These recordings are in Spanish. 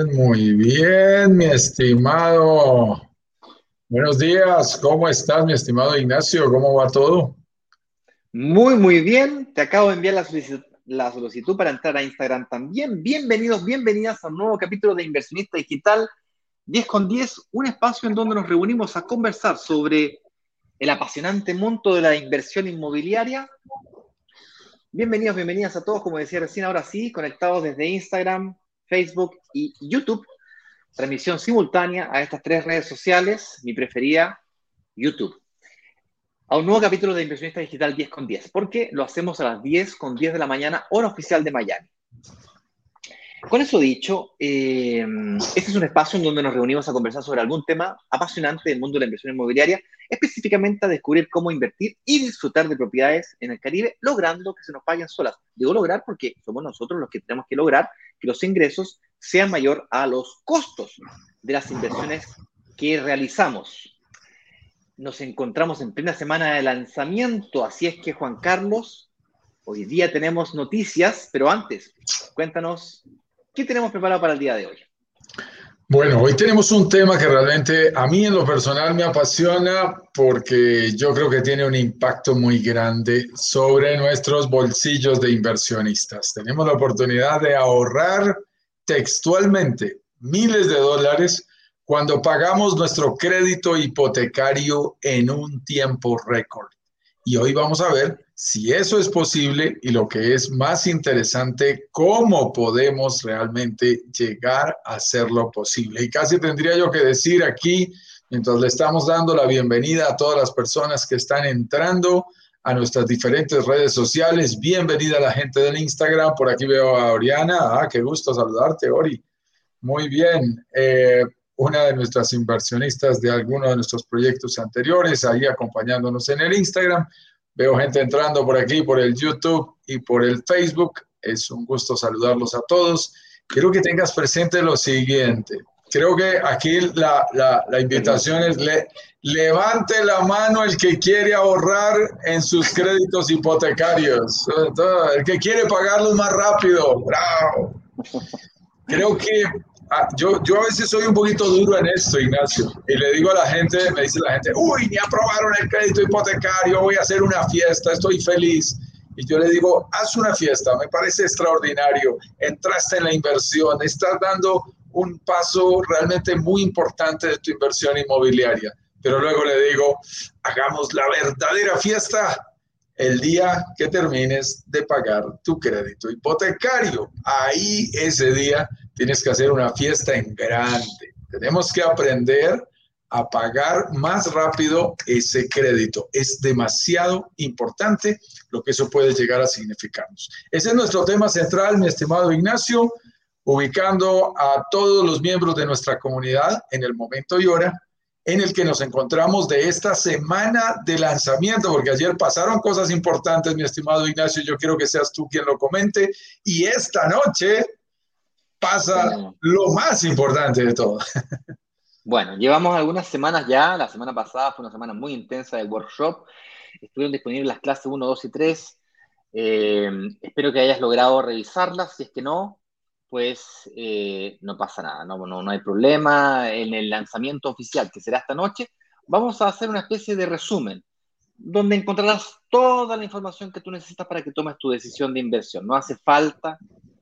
mi estimado. Buenos días, ¿cómo estás, mi estimado Ignacio? ¿Cómo va todo? Muy, muy bien. Te acabo de enviar la solicitud para entrar a Instagram también. Bienvenidos, bienvenidas a un nuevo capítulo de Inversionista Digital 10 con 10, un espacio en donde nos reunimos a conversar sobre el apasionante mundo de la inversión inmobiliaria. Bienvenidos, bienvenidas a todos, como decía recién, ahora sí, conectados desde Instagram, Facebook y YouTube. Transmisión simultánea a estas tres redes sociales, mi preferida, YouTube. A un nuevo capítulo de Inversionista Digital 10 con 10, porque lo hacemos a las 10 con 10 de la mañana, hora oficial de Miami. Con eso dicho, este es un espacio en donde nos reunimos a conversar sobre algún tema apasionante del mundo de la inversión inmobiliaria, específicamente a descubrir cómo invertir y disfrutar de propiedades en el Caribe, logrando que se nos paguen solas. Digo lograr porque somos nosotros los que tenemos que lograr que los ingresos sean mayor a los costos de las inversiones que realizamos. Nos encontramos en plena semana de lanzamiento, así es que Juan Carlos, hoy día tenemos noticias, pero antes, cuéntanos, ¿qué tenemos preparado para el día de hoy? Bueno, hoy tenemos un tema que realmente a mí en lo personal me apasiona porque yo creo que tiene un impacto muy grande sobre nuestros bolsillos de inversionistas. Tenemos la oportunidad de ahorrar textualmente miles de dólares cuando pagamos nuestro crédito hipotecario en un tiempo récord. Y hoy vamos a ver si eso es posible y lo que es más interesante, cómo podemos realmente llegar a hacerlo posible. Y casi tendría yo que decir aquí, mientras le estamos dando la bienvenida a todas las personas que están entrando a nuestras diferentes redes sociales. Bienvenida a la gente del Instagram. Por aquí veo a Oriana. Qué gusto saludarte, Ori. Muy bien. Una de nuestras inversionistas de alguno de nuestros proyectos anteriores, ahí acompañándonos en el Instagram. Veo gente entrando por aquí, por el YouTube y por el Facebook. Es un gusto saludarlos a todos. Quiero que tengas presente lo siguiente. Creo que aquí la invitación es levante la mano el que quiere ahorrar en sus créditos hipotecarios. El que quiere pagarlos más rápido. ¡Bravo! Creo que yo a veces soy un poquito duro en esto, Ignacio, y le digo a la gente, me dice la gente, uy, me aprobaron el crédito hipotecario, voy a hacer una fiesta, estoy feliz. Y yo le digo, haz una fiesta, me parece extraordinario, entraste en la inversión, estás dando un paso realmente muy importante de tu inversión inmobiliaria. Pero luego le digo, hagamos la verdadera fiesta el día que termines de pagar tu crédito hipotecario. Ahí ese día tienes que hacer una fiesta en grande. Tenemos que aprender a pagar más rápido ese crédito. Es demasiado importante lo que eso puede llegar a significarnos. Ese es nuestro tema central, mi estimado Ignacio, ubicando a todos los miembros de nuestra comunidad en el momento y hora en el que nos encontramos de esta semana de lanzamiento, porque ayer pasaron cosas importantes, mi estimado Ignacio, yo quiero que seas tú quien lo comente, y esta noche pasa Bueno, lo más importante de todo. bueno, llevamos algunas semanas ya, la semana pasada fue una semana muy intensa del workshop, estuvieron disponibles las clases 1, 2 y 3. Espero que hayas logrado revisarlas, si es que no, pues no pasa nada, no hay problema. En el lanzamiento oficial, que será esta noche, vamos a hacer una especie de resumen, donde encontrarás toda la información que tú necesitas para que tomes tu decisión de inversión. No hace falta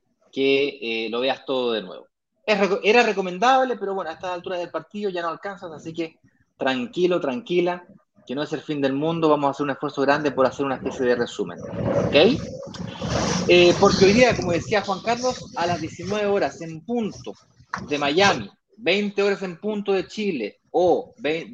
que lo veas todo de nuevo. Era recomendable, pero bueno, a estas alturas del partido ya no alcanzas, así que tranquilo, tranquila, que no es el fin del mundo, vamos a hacer un esfuerzo grande por hacer una especie de resumen, ¿ok? Porque hoy día, como decía Juan Carlos, a las 19 horas en punto de Miami, 20 horas en punto de Chile o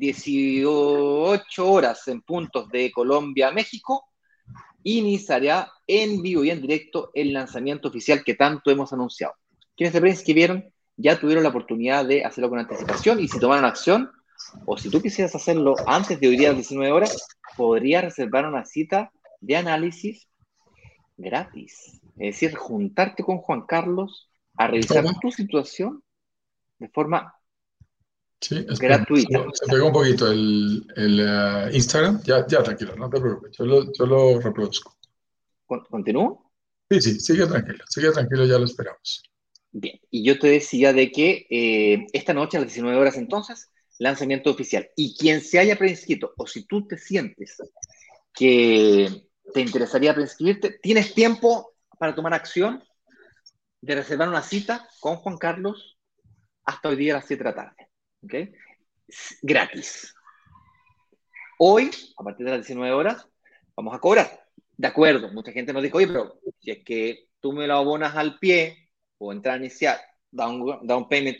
18 horas en puntos de Colombia, México, iniciará en vivo y en directo el lanzamiento oficial que tanto hemos anunciado. Quienes se inscribieron ya tuvieron la oportunidad de hacerlo con anticipación y si tomaron acción, o si tú quisieras hacerlo antes de hoy día a las 19 horas, podrías reservar una cita de análisis gratis. Es decir, juntarte con Juan Carlos a revisar ¿Cómo? tu situación de forma Sí, espera, gratuita. se pegó un poquito el Instagram. Ya, tranquilo, no te preocupes, yo lo reproduzco. ¿Continúo? Sí, sigue tranquilo, ya lo esperamos. Bien, y yo te decía de que esta noche a las 19 horas entonces, lanzamiento oficial. Y quien se haya preinscrito, o si tú te sientes que te interesaría preinscribirte, tienes tiempo para tomar acción de reservar una cita con Juan Carlos hasta hoy día a las 7 de la tarde. ¿Ok? Gratis. Hoy, a partir de las 19 horas, vamos a cobrar. De acuerdo, mucha gente nos dijo, oye, pero si es que tú me lo abonas al pie o entrada inicial, down payment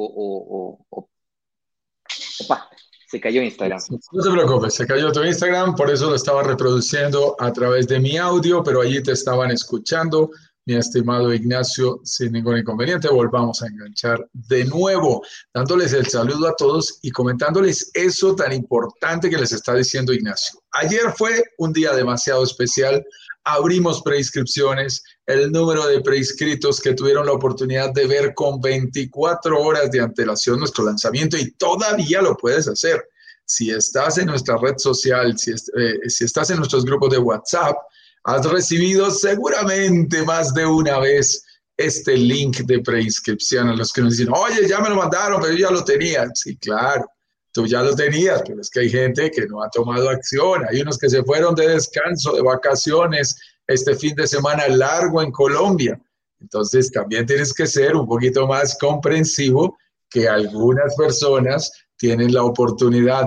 opa, se cayó Instagram. No te preocupes, se cayó tu Instagram, por eso lo estaba reproduciendo a través de mi audio, pero allí te estaban escuchando, mi estimado Ignacio, sin ningún inconveniente. Volvamos a enganchar de nuevo, dándoles el saludo a todos y comentándoles eso tan importante que les está diciendo Ignacio. Ayer fue un día demasiado especial, abrimos preinscripciones, el número de preinscritos que tuvieron la oportunidad de ver con 24 horas de antelación nuestro lanzamiento y todavía lo puedes hacer. Si estás en nuestra red social, si estás en nuestros grupos de WhatsApp, has recibido seguramente más de una vez este link de preinscripción a los que nos dicen, oye, ya me lo mandaron, pero yo ya lo tenía. Sí, claro, tú ya lo tenías, pero es que hay gente que no ha tomado acción. Hay unos que se fueron de descanso, de vacaciones, este fin de semana largo en Colombia. Entonces, también tienes que ser un poquito más comprensivo que algunas personas tienen la oportunidad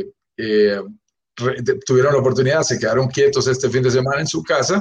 tuvieron la oportunidad, se quedaron quietos este fin de semana en su casa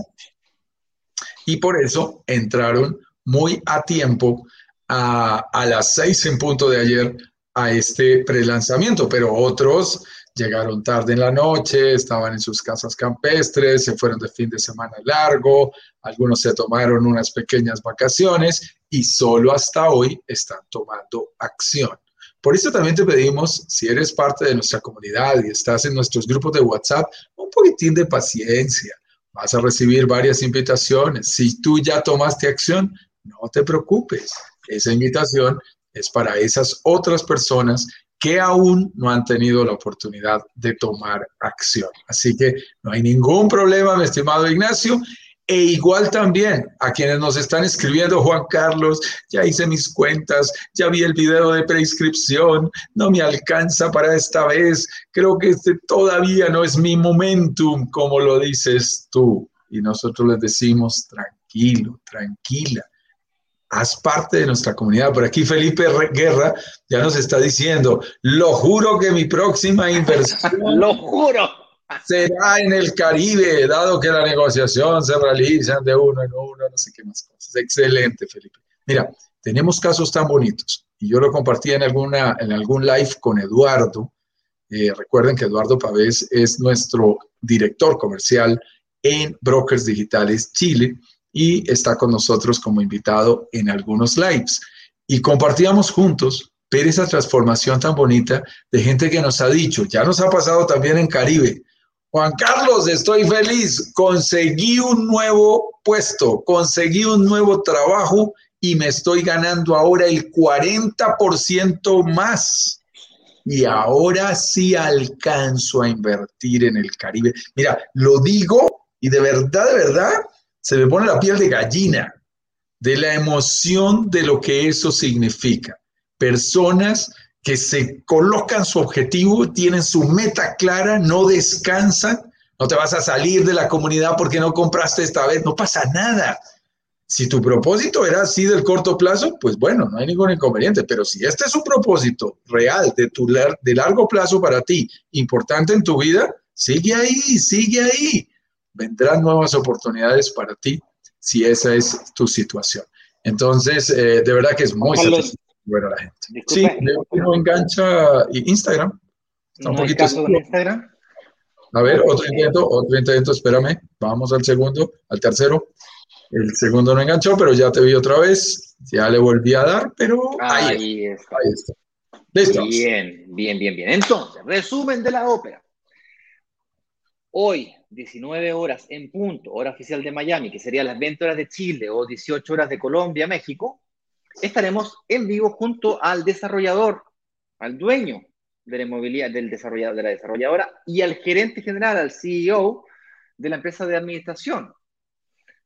y por eso entraron muy a tiempo a las 6 en punto de ayer a este prelanzamiento, pero otros llegaron tarde en la noche, estaban en sus casas campestres, se fueron de fin de semana largo, algunos se tomaron unas pequeñas vacaciones y solo hasta hoy están tomando acción. Por eso también te pedimos, si eres parte de nuestra comunidad y estás en nuestros grupos de WhatsApp, un poquitín de paciencia. Vas a recibir varias invitaciones. Si tú ya tomaste acción, no te preocupes. Esa invitación es para esas otras personas que aún no han tenido la oportunidad de tomar acción. Así que no hay ningún problema, mi estimado Ignacio. E igual también a quienes nos están escribiendo, Juan Carlos, ya hice mis cuentas, ya vi el video de preinscripción, no me alcanza para esta vez, creo que este todavía no es mi momentum, como lo dices tú. Y nosotros les decimos, tranquilo, tranquila, haz parte de nuestra comunidad. Por aquí Felipe Guerra ya nos está diciendo, lo juro que mi próxima inversión ¡Lo juro! será en el Caribe, dado que la negociación se realiza de uno en uno, no sé qué más cosas. Excelente, Felipe. Mira, tenemos casos tan bonitos y yo lo compartí en algún live con Eduardo. Recuerden que Eduardo Pavés es nuestro director comercial en Brokers Digitales Chile y está con nosotros como invitado en algunos lives. Y compartíamos juntos ver esa transformación tan bonita de gente que nos ha dicho, ya nos ha pasado también en Caribe, Juan Carlos, estoy feliz, conseguí un nuevo puesto, conseguí un nuevo trabajo y me estoy ganando ahora el 40% más. Y ahora sí alcanzo a invertir en el Caribe. Mira, lo digo y de verdad, se me pone la piel de gallina de la emoción de lo que eso significa. Personas que se colocan su objetivo, tienen su meta clara, no descansan, no te vas a salir de la comunidad porque no compraste esta vez, no pasa nada. Si tu propósito era así del corto plazo, pues bueno, no hay ningún inconveniente, pero si este es un propósito real de largo plazo para ti, importante en tu vida, sigue ahí, sigue ahí. Vendrán nuevas oportunidades para ti si esa es tu situación. Entonces, de verdad que es muy Carlos, satisfactorio ver a la gente. Sí, disculpe, veo que no engancha Instagram. Está un ¿no hay poquito caso con oscuro. Instagram? A ver, Ok. otro intento, espérame. Vamos al segundo, al tercero. El segundo no enganchó, pero ya te vi otra vez. Ya le volví a dar, pero ahí está. Ahí está. Ahí está. Listos. Bien, bien, bien, bien. Entonces, resumen de la ópera. Hoy, 19 horas en punto, hora oficial de Miami, que serían las 20 horas de Chile o 18 horas de Colombia, México, estaremos en vivo junto al desarrollador, al dueño de la inmobiliaria, del desarrollador, de la desarrolladora y al gerente general, al CEO de la empresa de administración.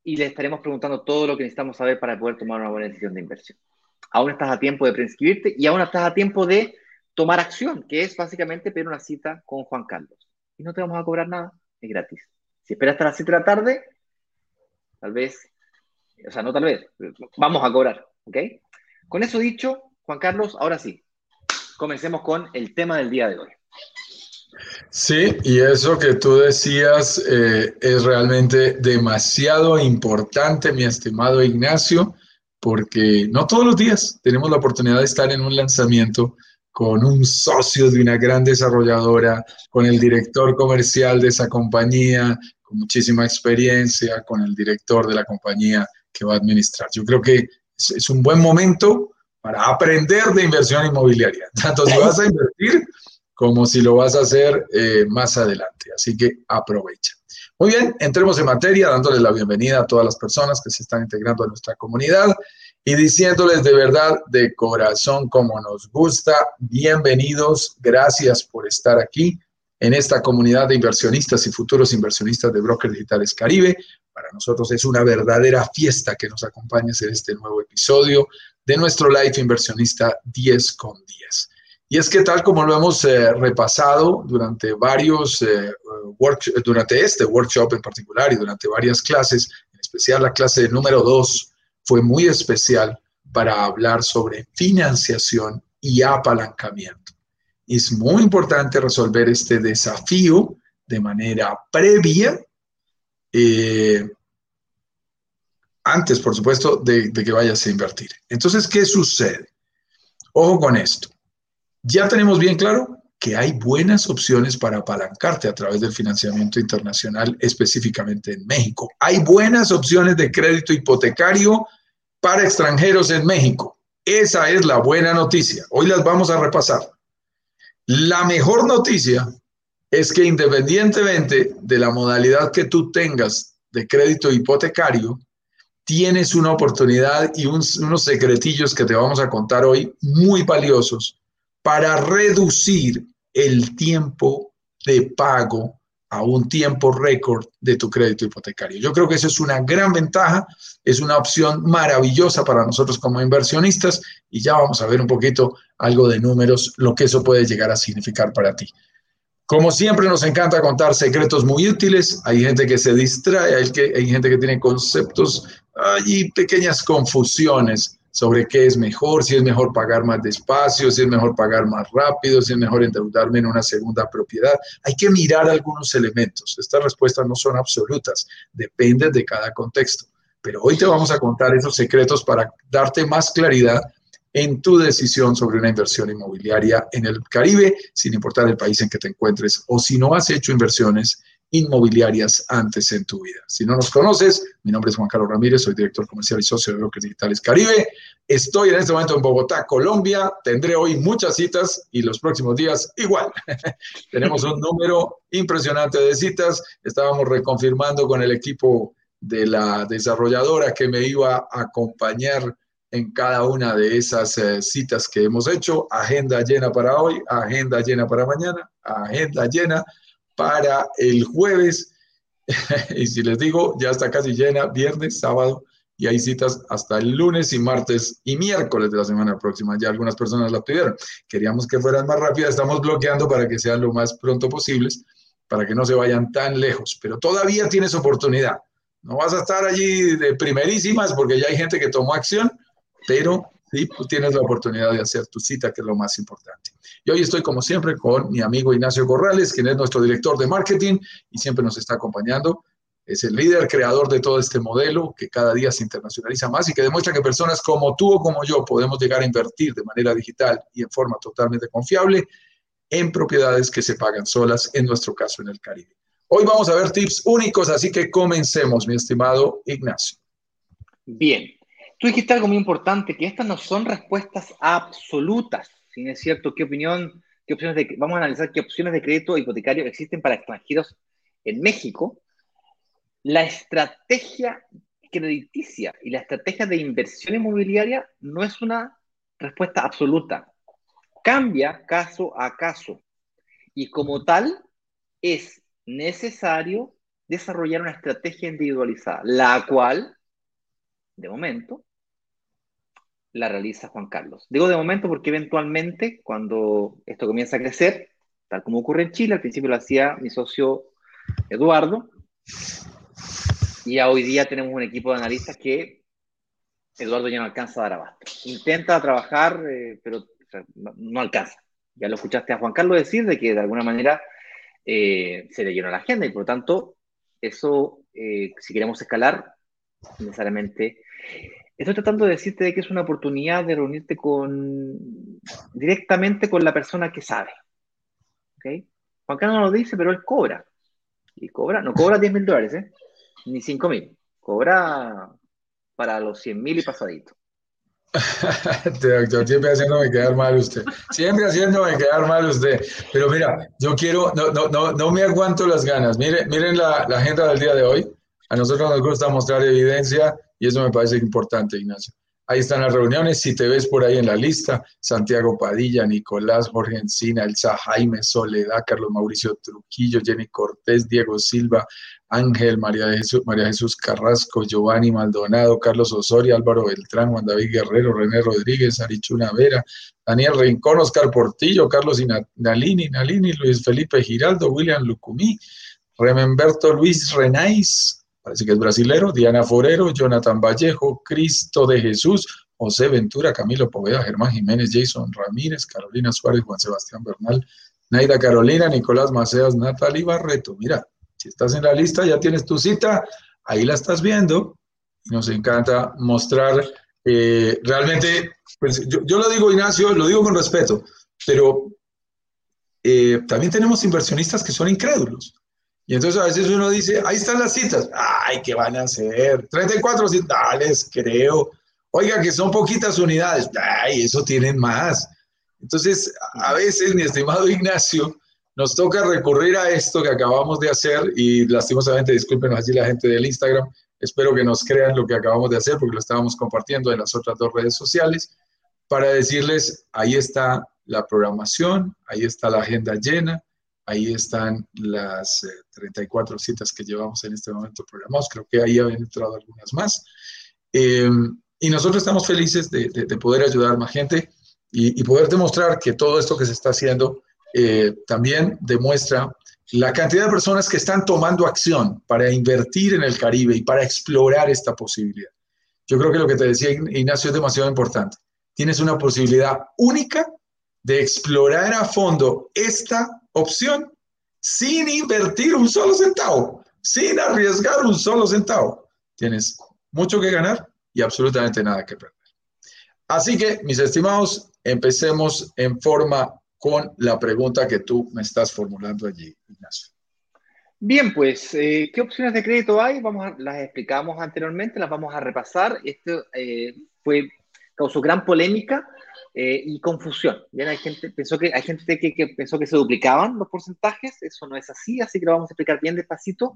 y le estaremos preguntando todo lo que necesitamos saber para poder tomar una buena decisión de inversión. Aún estás a tiempo de preinscribirte y aún estás a tiempo de tomar acción, que es básicamente pedir una cita con Juan Carlos. Y no te vamos a cobrar nada, es gratis. Si esperas hasta las 7 de la tarde, tal vez, o sea, no tal vez, vamos a cobrar, ¿ok? Con eso dicho, Juan Carlos, ahora sí, comencemos con el tema del día de hoy. Sí, y eso que tú decías es realmente demasiado importante, mi estimado Ignacio, porque no todos los días tenemos la oportunidad de estar en un lanzamiento con un socio de una gran desarrolladora, con el director comercial de esa compañía, con muchísima experiencia, con el director de la compañía que va a administrar. Yo creo que es un buen momento para aprender de inversión inmobiliaria, tanto si vas a invertir como si lo vas a hacer más adelante. Así que aprovecha. Muy bien, entremos en materia, dándoles la bienvenida a todas las personas que se están integrando a nuestra comunidad y diciéndoles de verdad, de corazón, como nos gusta, bienvenidos, gracias por estar aquí en esta comunidad de inversionistas y futuros inversionistas de Brokers Digitales Caribe. Para nosotros es una verdadera fiesta que nos acompañes en este nuevo episodio de nuestro Live Inversionista 10 con 10. Y es que tal como lo hemos repasado durante durante este workshop en particular y durante varias clases, en especial la clase número 2 fue muy especial para hablar sobre financiación y apalancamiento. Es muy importante resolver este desafío de manera previa, antes, por supuesto, de que vayas a invertir. Entonces, ¿qué sucede? Ojo con esto. Ya tenemos bien claro que hay buenas opciones para apalancarte a través del financiamiento internacional, específicamente en México. Hay buenas opciones de crédito hipotecario para extranjeros en México. Esa es la buena noticia. Hoy las vamos a repasar. La mejor noticia es que independientemente de la modalidad que tú tengas de crédito hipotecario, tienes una oportunidad y unos secretillos que te vamos a contar hoy muy valiosos para reducir el tiempo de pago a un tiempo récord de tu crédito hipotecario. Yo creo que eso es una gran ventaja, es una opción maravillosa para nosotros como inversionistas y ya vamos a ver un poquito algo de números, lo que eso puede llegar a significar para ti. Como siempre nos encanta contar secretos muy útiles, hay gente que se distrae, hay gente que tiene conceptos y pequeñas confusiones sobre qué es mejor, si es mejor pagar más despacio, si es mejor pagar más rápido, si es mejor endeudarme en una segunda propiedad. Hay que mirar algunos elementos. Estas respuestas no son absolutas, dependen de cada contexto. Pero hoy te vamos a contar esos secretos para darte más claridad en tu decisión sobre una inversión inmobiliaria en el Caribe, sin importar el país en que te encuentres o si no has hecho inversiones inmobiliarias antes en tu vida. Si no nos conoces, mi nombre es Juan Carlos Ramírez, soy director comercial y socio de Brokers Digitales Caribe. Estoy en este momento en Bogotá, Colombia. Tendré hoy muchas citas y los próximos días igual. Tenemos un número impresionante de citas. Estábamos reconfirmando con el equipo de la desarrolladora que me iba a acompañar en cada una de esas citas que hemos hecho. Agenda llena para hoy, agenda llena para mañana, agenda llena para el jueves. Y si les digo, ya está casi llena viernes, sábado, y hay citas hasta el lunes y martes y miércoles de la semana próxima. Ya algunas personas la pidieron. Queríamos que fueran más rápidas, estamos bloqueando para que sean lo más pronto posibles, para que no se vayan tan lejos. Pero todavía tienes oportunidad. No vas a estar allí de primerísimas porque ya hay gente que tomó acción, pero sí tienes la oportunidad de hacer tu cita, que es lo más importante. Y hoy estoy, como siempre, con mi amigo Ignacio Corrales, quien es nuestro director de marketing y siempre nos está acompañando. Es el líder, creador de todo este modelo que cada día se internacionaliza más y que demuestra que personas como tú o como yo podemos llegar a invertir de manera digital y en forma totalmente confiable en propiedades que se pagan solas, en nuestro caso en el Caribe. Hoy vamos a ver tips únicos, así que comencemos, mi estimado Ignacio. Bien, tú dijiste algo muy importante, que estas no son respuestas absolutas. Si es cierto, vamos a analizar qué opciones de crédito hipotecario existen para extranjeros en México. La estrategia crediticia y la estrategia de inversión inmobiliaria no es una respuesta absoluta. Cambia caso a caso y como tal es necesario desarrollar una estrategia individualizada, la cual, de momento, la realiza Juan Carlos. Digo de momento porque eventualmente, cuando esto comienza a crecer, tal como ocurre en Chile, al principio lo hacía mi socio Eduardo, y ya hoy día tenemos un equipo de analistas que Eduardo ya no alcanza a dar abasto. Intenta trabajar, pero o sea, no alcanza. Ya lo escuchaste a Juan Carlos decir de que de alguna manera se le llenó la agenda y por lo tanto, eso, si queremos escalar, necesariamente. Estoy tratando de decirte de que es una oportunidad de reunirte directamente con la persona que sabe. ¿Okay? Juan Carlos no lo dice, pero él cobra. Y no cobra $10,000, ni 5,000. Cobra para los 100,000 y pasadito. Doctor, siempre haciéndome quedar mal usted. Siempre haciéndome quedar mal usted. Pero mira, yo quiero, no me aguanto las ganas. Miren la agenda del día de hoy. A nosotros nos gusta mostrar evidencia y eso me parece importante, Ignacio. Ahí están las reuniones. Si te ves por ahí en la lista, Santiago Padilla, Nicolás, Jorge Encina, Elsa Jaime, Soledad, Carlos Mauricio Trujillo, Jenny Cortés, Diego Silva, Ángel, María Jesús Carrasco, Giovanni Maldonado, Carlos Osorio, Álvaro Beltrán, Juan David Guerrero, René Rodríguez, Arichuna Vera, Daniel Rincón, Oscar Portillo, Carlos Nalini, Luis Felipe Giraldo, William Lucumí, Rememberto Luis Renais, parece que es brasilero, Diana Forero, Jonathan Vallejo, Cristo de Jesús, José Ventura, Camilo Poveda, Germán Jiménez, Jason Ramírez, Carolina Suárez, Juan Sebastián Bernal, Naida Carolina, Nicolás Maceas, Natalie Barreto. Mira, si estás en la lista, ya tienes tu cita, ahí la estás viendo y nos encanta mostrar realmente, pues yo lo digo, Ignacio, lo digo con respeto, pero también tenemos inversionistas que son incrédulos. Y entonces a veces uno dice, ahí están las citas. Ay, ¿qué van a hacer? 34 citas, les creo. Oiga, que son poquitas unidades. Ay, eso tienen más. Entonces, a veces, mi estimado Ignacio, nos toca recurrir a esto que acabamos de hacer y lastimosamente, discúlpenos allí la gente del Instagram, espero que nos crean lo que acabamos de hacer porque lo estábamos compartiendo en las otras 2 redes sociales para decirles, ahí está la programación, ahí está la agenda llena, ahí están las 34 citas que llevamos en este momento programados, creo que ahí habían entrado algunas más. Y nosotros estamos felices de poder ayudar a más gente y poder demostrar que todo esto que se está haciendo también demuestra la cantidad de personas que están tomando acción para invertir en el Caribe y para explorar esta posibilidad. Yo creo que lo que te decía Ignacio es demasiado importante. Tienes una posibilidad única de explorar a fondo esta opción sin invertir un solo centavo, sin arriesgar un solo centavo. Tienes mucho que ganar y absolutamente nada que perder. Así que, mis estimados, empecemos en forma con la pregunta que tú me estás formulando allí, Ignacio. Bien, pues, ¿qué opciones de crédito hay? Las explicamos anteriormente, las vamos a repasar. Esto causó gran polémica y confusión. Bien, hay gente que pensó que se duplicaban los porcentajes, eso no es así que lo vamos a explicar bien despacito.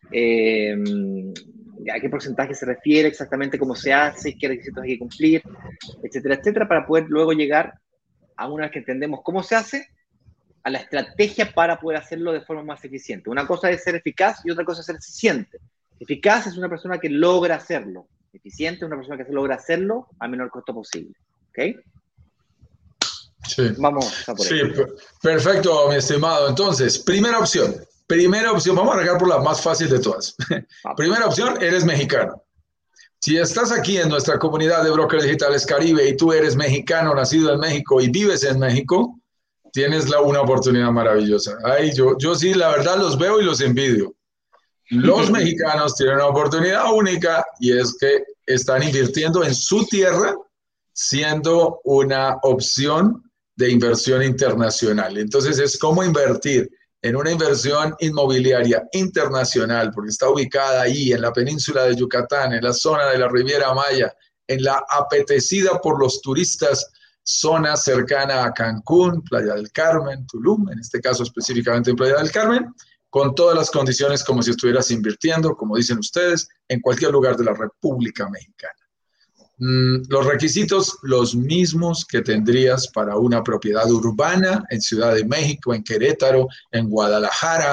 A qué porcentaje se refiere, exactamente cómo se hace, qué requisitos hay que cumplir, etcétera, etcétera, para poder luego llegar a una vez que entendemos cómo se hace, a la estrategia para poder hacerlo de forma más eficiente. Una cosa es ser eficaz y otra cosa es ser eficiente. Eficaz es una persona que logra hacerlo. Eficiente es una persona que se logra hacerlo al menor costo posible. ¿Ok? Sí. Vamos a por ello. Sí, perfecto, mi estimado. Entonces, primera opción, vamos a arrancar por la más fácil de todas. Primera opción, eres mexicano. Si estás aquí en nuestra comunidad de brokers digitales Caribe y tú eres mexicano, nacido en México y vives en México, tienes una oportunidad maravillosa. Ay, yo sí, la verdad, los veo y los envidio. Los mexicanos tienen una oportunidad única y es que están invirtiendo en su tierra siendo una opción de inversión internacional. Entonces es como invertir en una inversión inmobiliaria internacional, porque está ubicada ahí en la península de Yucatán, en la zona de la Riviera Maya, en la apetecida por los turistas zona cercana a Cancún, Playa del Carmen, Tulum, en este caso específicamente en Playa del Carmen, con todas las condiciones como si estuvieras invirtiendo, como dicen ustedes, en cualquier lugar de la República Mexicana. Los requisitos, los mismos que tendrías para una propiedad urbana en Ciudad de México, en Querétaro, en Guadalajara,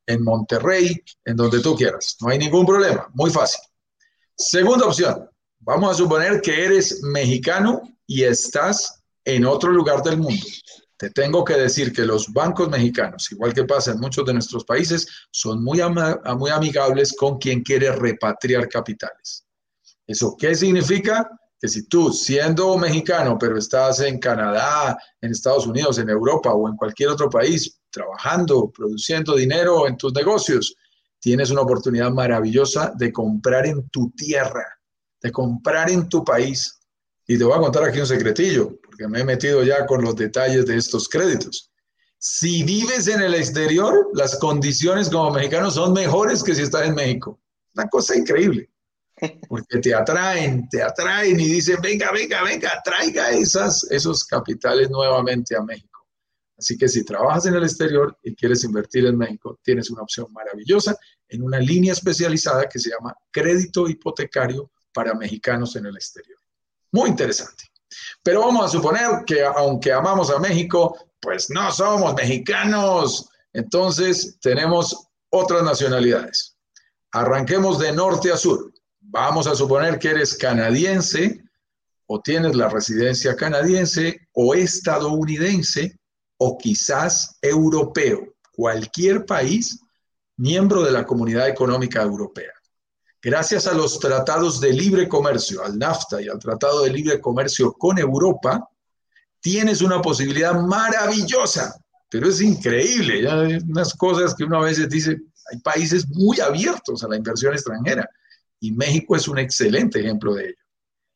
en Monterrey, en donde tú quieras. No hay ningún problema, muy fácil. Segunda opción, vamos a suponer que eres mexicano y estás en otro lugar del mundo. Te tengo que decir que los bancos mexicanos, igual que pasa en muchos de nuestros países, son muy amigables con quien quiere repatriar capitales. ¿Eso qué significa? Que si tú, siendo mexicano, pero estás en Canadá, en Estados Unidos, en Europa o en cualquier otro país, trabajando, produciendo dinero en tus negocios, tienes una oportunidad maravillosa de comprar en tu tierra, de comprar en tu país. Y te voy a contar aquí un secretillo, porque me he metido ya con los detalles de estos créditos. Si vives en el exterior, las condiciones como mexicano son mejores que si estás en México. Una cosa increíble, porque te atraen y dicen, venga, venga, venga, traiga esos capitales nuevamente a México. Así que si trabajas en el exterior y quieres invertir en México, tienes una opción maravillosa en una línea especializada que se llama crédito hipotecario para mexicanos en el exterior. Muy interesante. Pero vamos a suponer que aunque amamos a México, pues no somos mexicanos. Entonces tenemos otras nacionalidades. Arranquemos de norte a sur. Vamos a suponer que eres canadiense o tienes la residencia canadiense o estadounidense o quizás europeo. Cualquier país miembro de la Comunidad Económica Europea. Gracias a los tratados de libre comercio, al NAFTA y al Tratado de Libre Comercio con Europa, tienes una posibilidad maravillosa, pero es increíble. Ya hay unas cosas que uno a veces dice, hay países muy abiertos a la inversión extranjera y México es un excelente ejemplo de ello.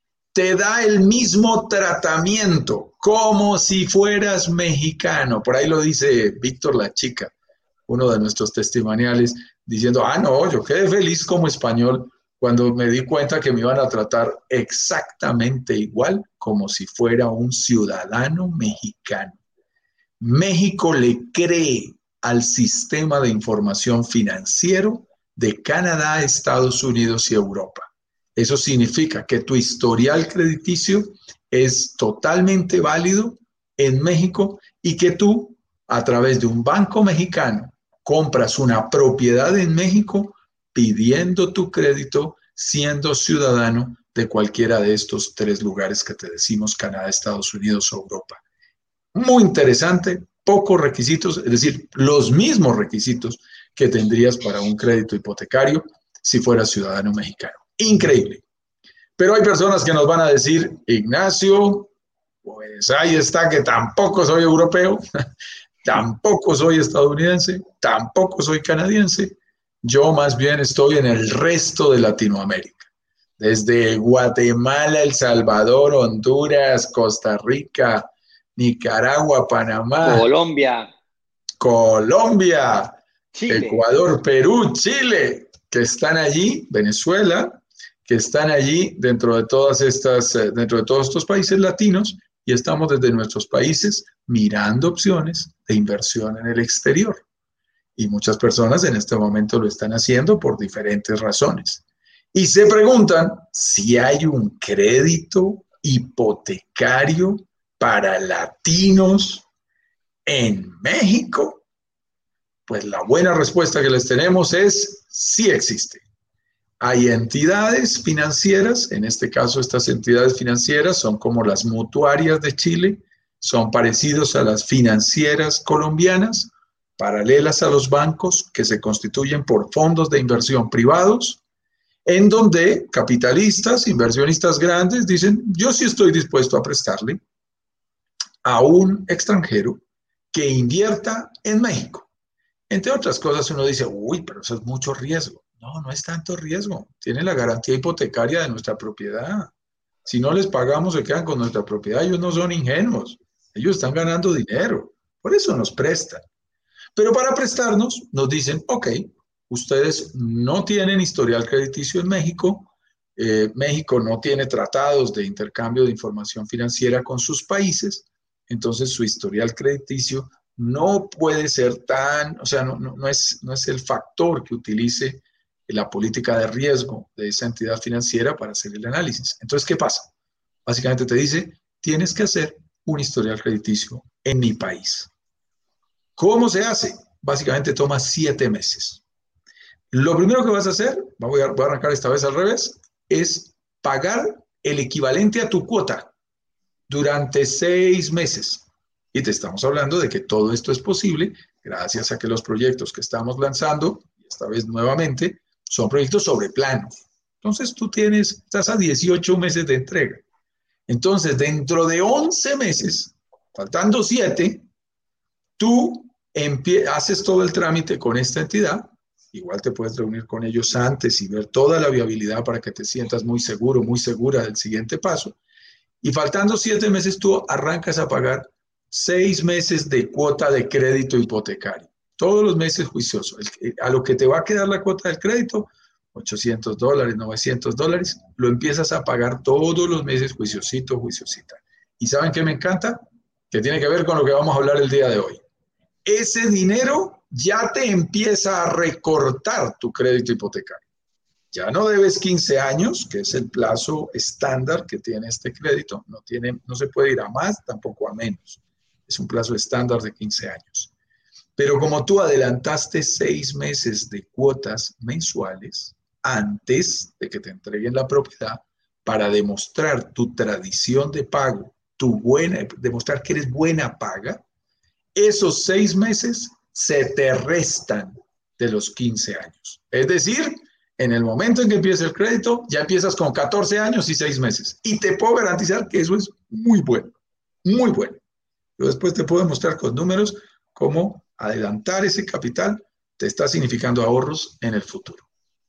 Te da el mismo tratamiento como si fueras mexicano. Por ahí lo dice Víctor La Chica, uno de nuestros testimoniales, diciendo, no, yo quedé feliz como español cuando me di cuenta que me iban a tratar exactamente igual como si fuera un ciudadano mexicano. México le cree al sistema de información financiero de Canadá, Estados Unidos y Europa. Eso significa que tu historial crediticio es totalmente válido en México y que tú, a través de un banco mexicano, compras una propiedad en México pidiendo tu crédito siendo ciudadano de cualquiera de estos tres lugares que te decimos, Canadá, Estados Unidos o Europa. Muy interesante, pocos requisitos, es decir, los mismos requisitos que tendrías para un crédito hipotecario si fueras ciudadano mexicano. Increíble. Pero hay personas que nos van a decir, Ignacio, pues ahí está que tampoco soy europeo, tampoco soy estadounidense, tampoco soy canadiense, yo más bien estoy en el resto de Latinoamérica. Desde Guatemala, El Salvador, Honduras, Costa Rica, Nicaragua, Panamá, Colombia, Chile, Ecuador, Perú, Chile, que están allí, Venezuela, que están allí dentro de todos estos países latinos y estamos desde nuestros países mirando opciones de inversión en el exterior. Y muchas personas en este momento lo están haciendo por diferentes razones. Y se preguntan si hay un crédito hipotecario para latinos en México. Pues la buena respuesta que les tenemos es sí existe. Hay entidades financieras, en este caso estas entidades financieras son como las mutuarias de Chile, son parecidos a las financieras colombianas, paralelas a los bancos que se constituyen por fondos de inversión privados, en donde capitalistas, inversionistas grandes dicen, yo sí estoy dispuesto a prestarle a un extranjero que invierta en México. Entre otras cosas uno dice, uy, pero eso es mucho riesgo. No, no es tanto riesgo. Tienen la garantía hipotecaria de nuestra propiedad. Si no les pagamos, se quedan con nuestra propiedad. Ellos no son ingenuos. Ellos están ganando dinero. Por eso nos prestan. Pero para prestarnos, nos dicen, ok, ustedes no tienen historial crediticio en México. México no tiene tratados de intercambio de información financiera con sus países. Entonces, su historial crediticio no puede ser tan, o sea, no es el factor que utilice la política de riesgo de esa entidad financiera para hacer el análisis. Entonces, ¿qué pasa? Básicamente te dice, tienes que hacer un historial crediticio en mi país. ¿Cómo se hace? básicamente toma 7 meses. Lo primero que vas a hacer, voy a arrancar esta vez al revés, es pagar el equivalente a tu cuota durante 6 meses. Y te estamos hablando de que todo esto es posible gracias a que los proyectos que estamos lanzando, y esta vez nuevamente, son proyectos sobre plano. Entonces tú estás a 18 meses de entrega. Entonces, dentro de 11 meses, faltando 7, tú haces todo el trámite con esta entidad. Igual te puedes reunir con ellos antes y ver toda la viabilidad para que te sientas muy seguro, muy segura del siguiente paso. Y faltando 7 meses, tú arrancas a pagar 6 meses de cuota de crédito hipotecario. Todos los meses juicioso. A lo que te va a quedar la cuota del crédito, $800, $900, lo empiezas a pagar todos los meses juiciosito, juiciosita. ¿Y saben qué me encanta? Que tiene que ver con lo que vamos a hablar el día de hoy. Ese dinero ya te empieza a recortar tu crédito hipotecario. Ya no debes 15 años, que es el plazo estándar que tiene este crédito. No se puede ir a más, tampoco a menos. Es un plazo estándar de 15 años. Pero como tú adelantaste 6 meses de cuotas mensuales antes de que te entreguen la propiedad para demostrar tu tradición de pago, demostrar que eres buena paga, esos 6 meses se te restan de los 15 años. Es decir, en el momento en que empieza el crédito, ya empiezas con 14 años y 6 meses. Y te puedo garantizar que eso es muy bueno, muy bueno. Yo después te puedo mostrar con números cómo adelantar ese capital te está significando ahorros en el futuro.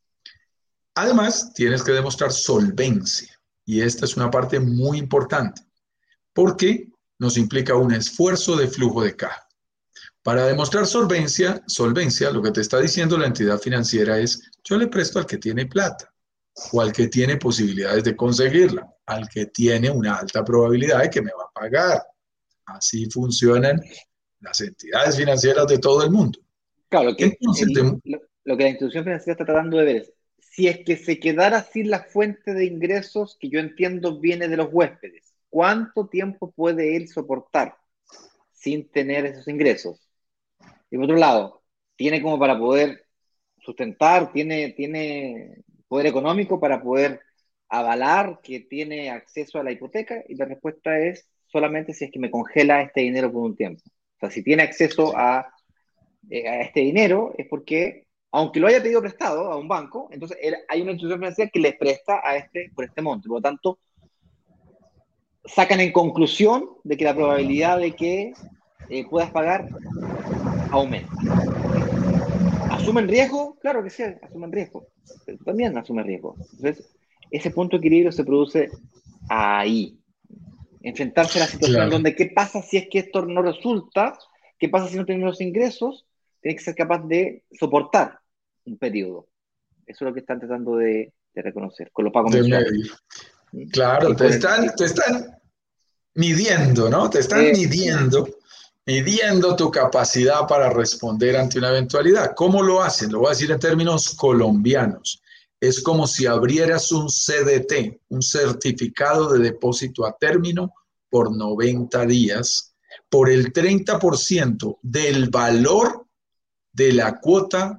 Además, tienes que demostrar solvencia. Y esta es una parte muy importante, porque nos implica un esfuerzo de flujo de caja. Para demostrar solvencia, lo que te está diciendo la entidad financiera es, yo le presto al que tiene plata o al que tiene posibilidades de conseguirla, al que tiene una alta probabilidad de que me va a pagar. Así funcionan las entidades financieras de todo el mundo. Claro, Entonces, lo que la institución financiera está tratando de ver es, si es que se quedara sin la fuente de ingresos que yo entiendo viene de los huéspedes, ¿cuánto tiempo puede él soportar sin tener esos ingresos? Y por otro lado, ¿tiene como para poder sustentar, tiene poder económico para poder avalar que tiene acceso a la hipoteca? Y la respuesta es solamente si es que me congela este dinero por un tiempo. O sea, si tiene acceso a este dinero es porque, aunque lo haya pedido prestado a un banco, entonces hay una institución financiera que le presta por este monto. Por lo tanto, sacan en conclusión de que la probabilidad de que puedas pagar aumenta. ¿Asumen riesgo? Claro que sí, asumen riesgo. Pero también asumen riesgo. Entonces, ese punto de equilibrio se produce ahí. Enfrentarse a la situación en claro, donde, ¿qué pasa si es que esto no resulta? ¿Qué pasa si no tenemos los ingresos? Tienes que ser capaz de soportar un periodo. Eso es lo que están tratando de reconocer con los pagos de mensuales. medir. ¿Mm? Claro, Y con te están midiendo, ¿no? Te están midiendo tu capacidad para responder ante una eventualidad. ¿Cómo lo hacen? Lo voy a decir en términos colombianos. Es como si abrieras un CDT, un certificado de depósito a término por 90 días, por el 30% del valor de la cuota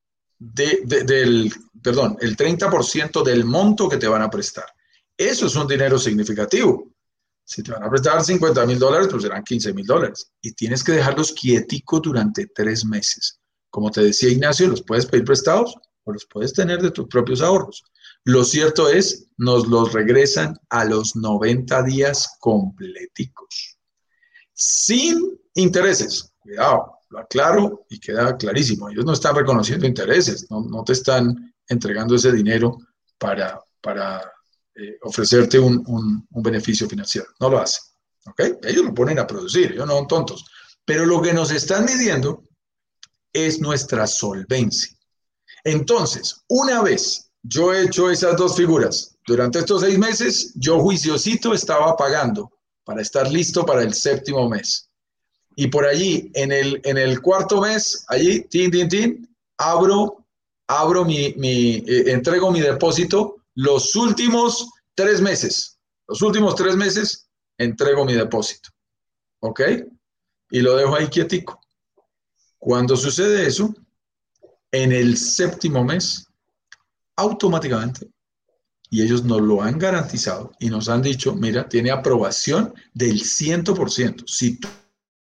perdón, el 30% del monto que te van a prestar. Eso es un dinero significativo. Si te van a prestar $50,000, pues serán $15,000. Y tienes que dejarlos quieticos durante 3 meses. Como te decía Ignacio, los puedes pedir prestados o los puedes tener de tus propios ahorros. Lo cierto es, nos los regresan a los 90 días completicos. Sin intereses. Cuidado, lo aclaro y queda clarísimo. Ellos no están reconociendo intereses, no te están entregando ese dinero para ofrecerte un beneficio financiero. No lo hacen. ¿Ok? Ellos lo ponen a producir, ellos no son tontos. Pero lo que nos están midiendo es nuestra solvencia. Entonces, una vez yo he hecho esas dos figuras, durante estos 6 meses, yo juiciosito estaba pagando para estar listo para el séptimo mes. Y por allí, en el cuarto mes, allí, entrego mi depósito los últimos 3 meses. Los últimos 3 meses entrego mi depósito. ¿Ok? Y lo dejo ahí quietico. Cuando sucede eso, en el séptimo mes, automáticamente, y ellos nos lo han garantizado y nos han dicho, mira, tiene aprobación del 100%. Si tú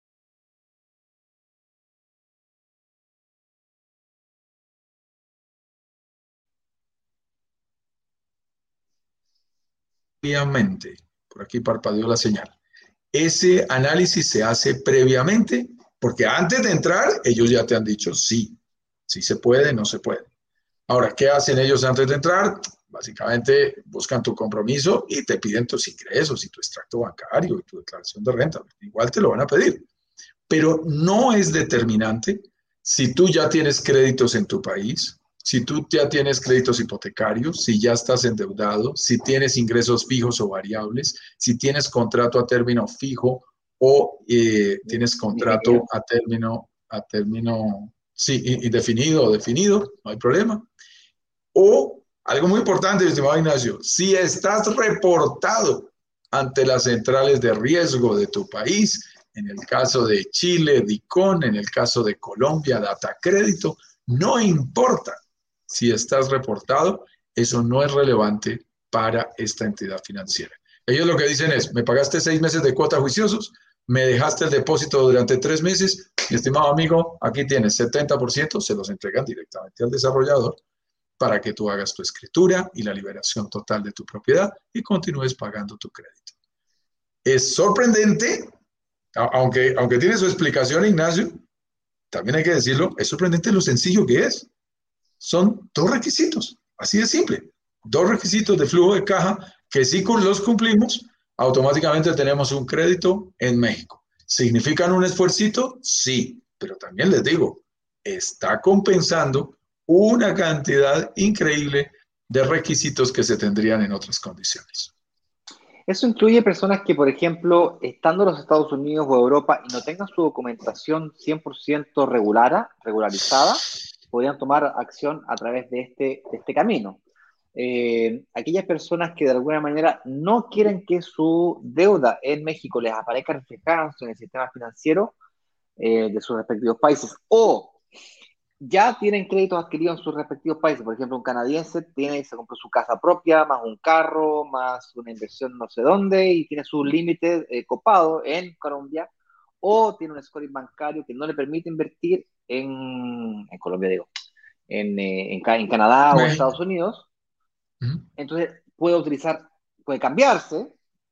previamente, por aquí parpadeó la señal, ese análisis se hace previamente, porque antes de entrar, ellos ya te han dicho sí, sí se puede, no se puede. Ahora, ¿qué hacen ellos antes de entrar? Básicamente buscan tu compromiso y te piden tus ingresos y tu extracto bancario y tu declaración de renta. Igual te lo van a pedir, pero no es determinante si tú ya tienes créditos en tu país, si tú ya tienes créditos hipotecarios, si ya estás endeudado, si tienes ingresos fijos o variables, si tienes contrato a término fijo o tienes contrato Definido. a término, sí, indefinido o definido, no hay problema. O algo muy importante, estimado Ignacio, si estás reportado ante las centrales de riesgo de tu país, en el caso de Chile, DICON, en el caso de Colombia, Data Crédito, no importa si estás reportado, eso no es relevante para esta entidad financiera. Ellos lo que dicen es, me pagaste 6 meses de cuotas juiciosos, me dejaste el depósito durante 3 meses, mi estimado amigo, aquí tienes 70%, se los entregan directamente al desarrollador para que tú hagas tu escritura y la liberación total de tu propiedad y continúes pagando tu crédito. Es sorprendente, aunque tiene su explicación, Ignacio, también hay que decirlo, es sorprendente lo sencillo que es. Son 2 requisitos, así de simple. 2 requisitos de flujo de caja que si los cumplimos, automáticamente tenemos un crédito en México. ¿Significan un esfuercito? Sí, pero también les digo, está compensando una cantidad increíble de requisitos que se tendrían en otras condiciones. Eso incluye personas que, por ejemplo, estando en los Estados Unidos o Europa y no tengan su documentación 100% regularizada, podrían tomar acción a través de este camino. Aquellas personas que de alguna manera no quieren que su deuda en México les aparezca reflejada en el sistema financiero de sus respectivos países o ya tienen créditos adquiridos en sus respectivos países. Por ejemplo, un canadiense se compró su casa propia, más un carro, más una inversión no sé dónde, y tiene su límite copado en Colombia, o tiene un scoring bancario que no le permite invertir en Colombia, digo, en Canadá o México. Estados Unidos. Entonces puede cambiarse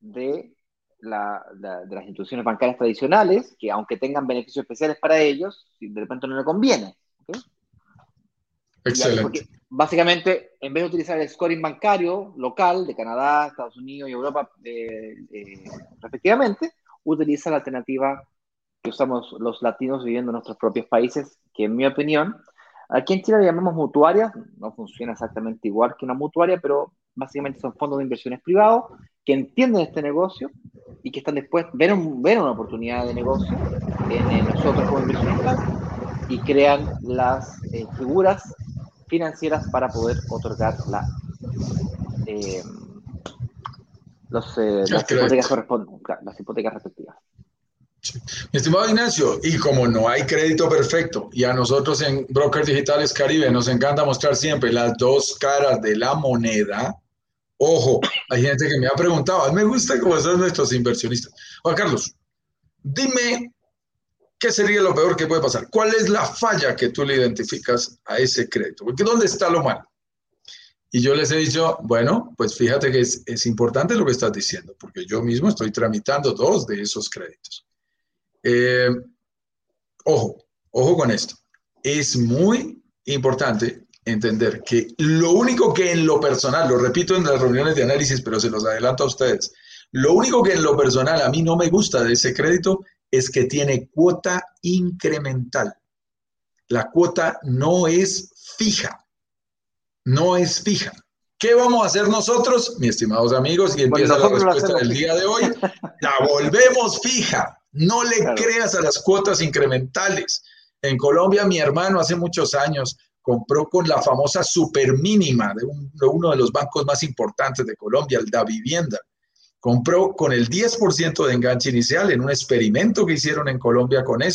de las instituciones bancarias tradicionales, que aunque tengan beneficios especiales para ellos, de repente no le conviene. ¿Okay? Excelente. Porque básicamente, en vez de utilizar el scoring bancario local de Canadá, Estados Unidos y Europa respectivamente, utiliza la alternativa que usamos los latinos viviendo en nuestros propios países, que en mi opinión, aquí en Chile le llamamos mutuarias, no funciona exactamente igual que una mutuaria, pero básicamente son fondos de inversiones privados que entienden este negocio y que están dispuestos, ven una oportunidad de negocio en nosotros como inversionistas y crean las figuras financieras para poder otorgar las hipotecas respectivas. Sí. Mi estimado Ignacio, y como no hay crédito perfecto, y a nosotros en Brokers Digitales Caribe nos encanta mostrar siempre las 2 caras de la moneda, ojo, hay gente que me ha preguntado, me gusta cómo son nuestros inversionistas. Juan Carlos, dime qué sería lo peor que puede pasar. ¿Cuál es la falla que tú le identificas a ese crédito? Porque ¿dónde está lo malo? Y yo les he dicho, bueno, pues fíjate que es importante lo que estás diciendo, porque yo mismo estoy tramitando 2 de esos créditos. Eh, ojo con esto. Es muy importante entender que lo único que en lo personal, lo repito en las reuniones de análisis, pero se los adelanto a ustedes, lo único que en lo personal a mí no me gusta de ese crédito es que tiene cuota incremental. La cuota no es fija, no es fija. ¿Qué vamos a hacer nosotros, mis estimados amigos? Y Porque empieza la nosotros lo respuesta hacemos del fija. día de hoy. La volvemos fija. No le Claro. creas a las cuotas incrementales. En Colombia, mi hermano hace muchos años compró con la famosa super mínima de uno de los bancos más importantes de Colombia, el Davivienda. Compró con el 10% de enganche inicial en un experimento que hicieron en Colombia con eso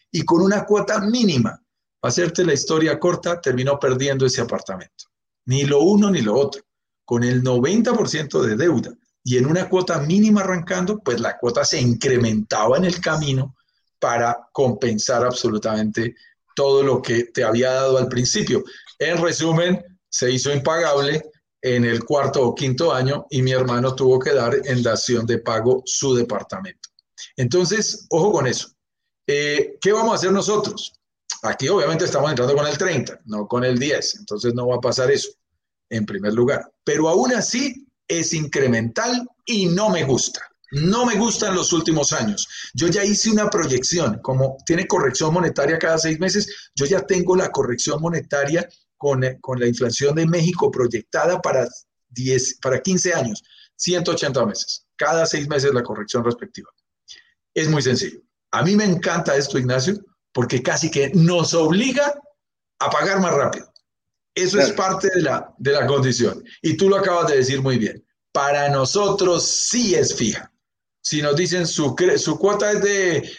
y con una cuota mínima. Para hacerte la historia corta, terminó perdiendo ese apartamento. Ni lo uno ni lo otro. Con el 90% de deuda y en una cuota mínima arrancando, pues la cuota se incrementaba en el camino para compensar absolutamente todo lo que te había dado al principio. En resumen, se hizo impagable en el cuarto o quinto año y mi hermano tuvo que dar en dación de pago su departamento. Entonces, ojo con eso. ¿Qué vamos a hacer nosotros? Aquí obviamente estamos entrando con el 30, no con el 10, entonces no va a pasar eso en primer lugar. Pero aún así es incremental y no me gusta. No me gustan los últimos años. Yo ya hice una proyección, como tiene corrección monetaria cada 6 meses, yo ya tengo la corrección monetaria con la inflación de México proyectada para 15 años, 180 meses. Cada 6 meses la corrección respectiva. Es muy sencillo. A mí me encanta esto, Ignacio, porque casi que nos obliga a pagar más rápido. Eso claro. Es parte de la condición. Y tú lo acabas de decir muy bien. Para nosotros sí es fija. Si nos dicen su cuota es de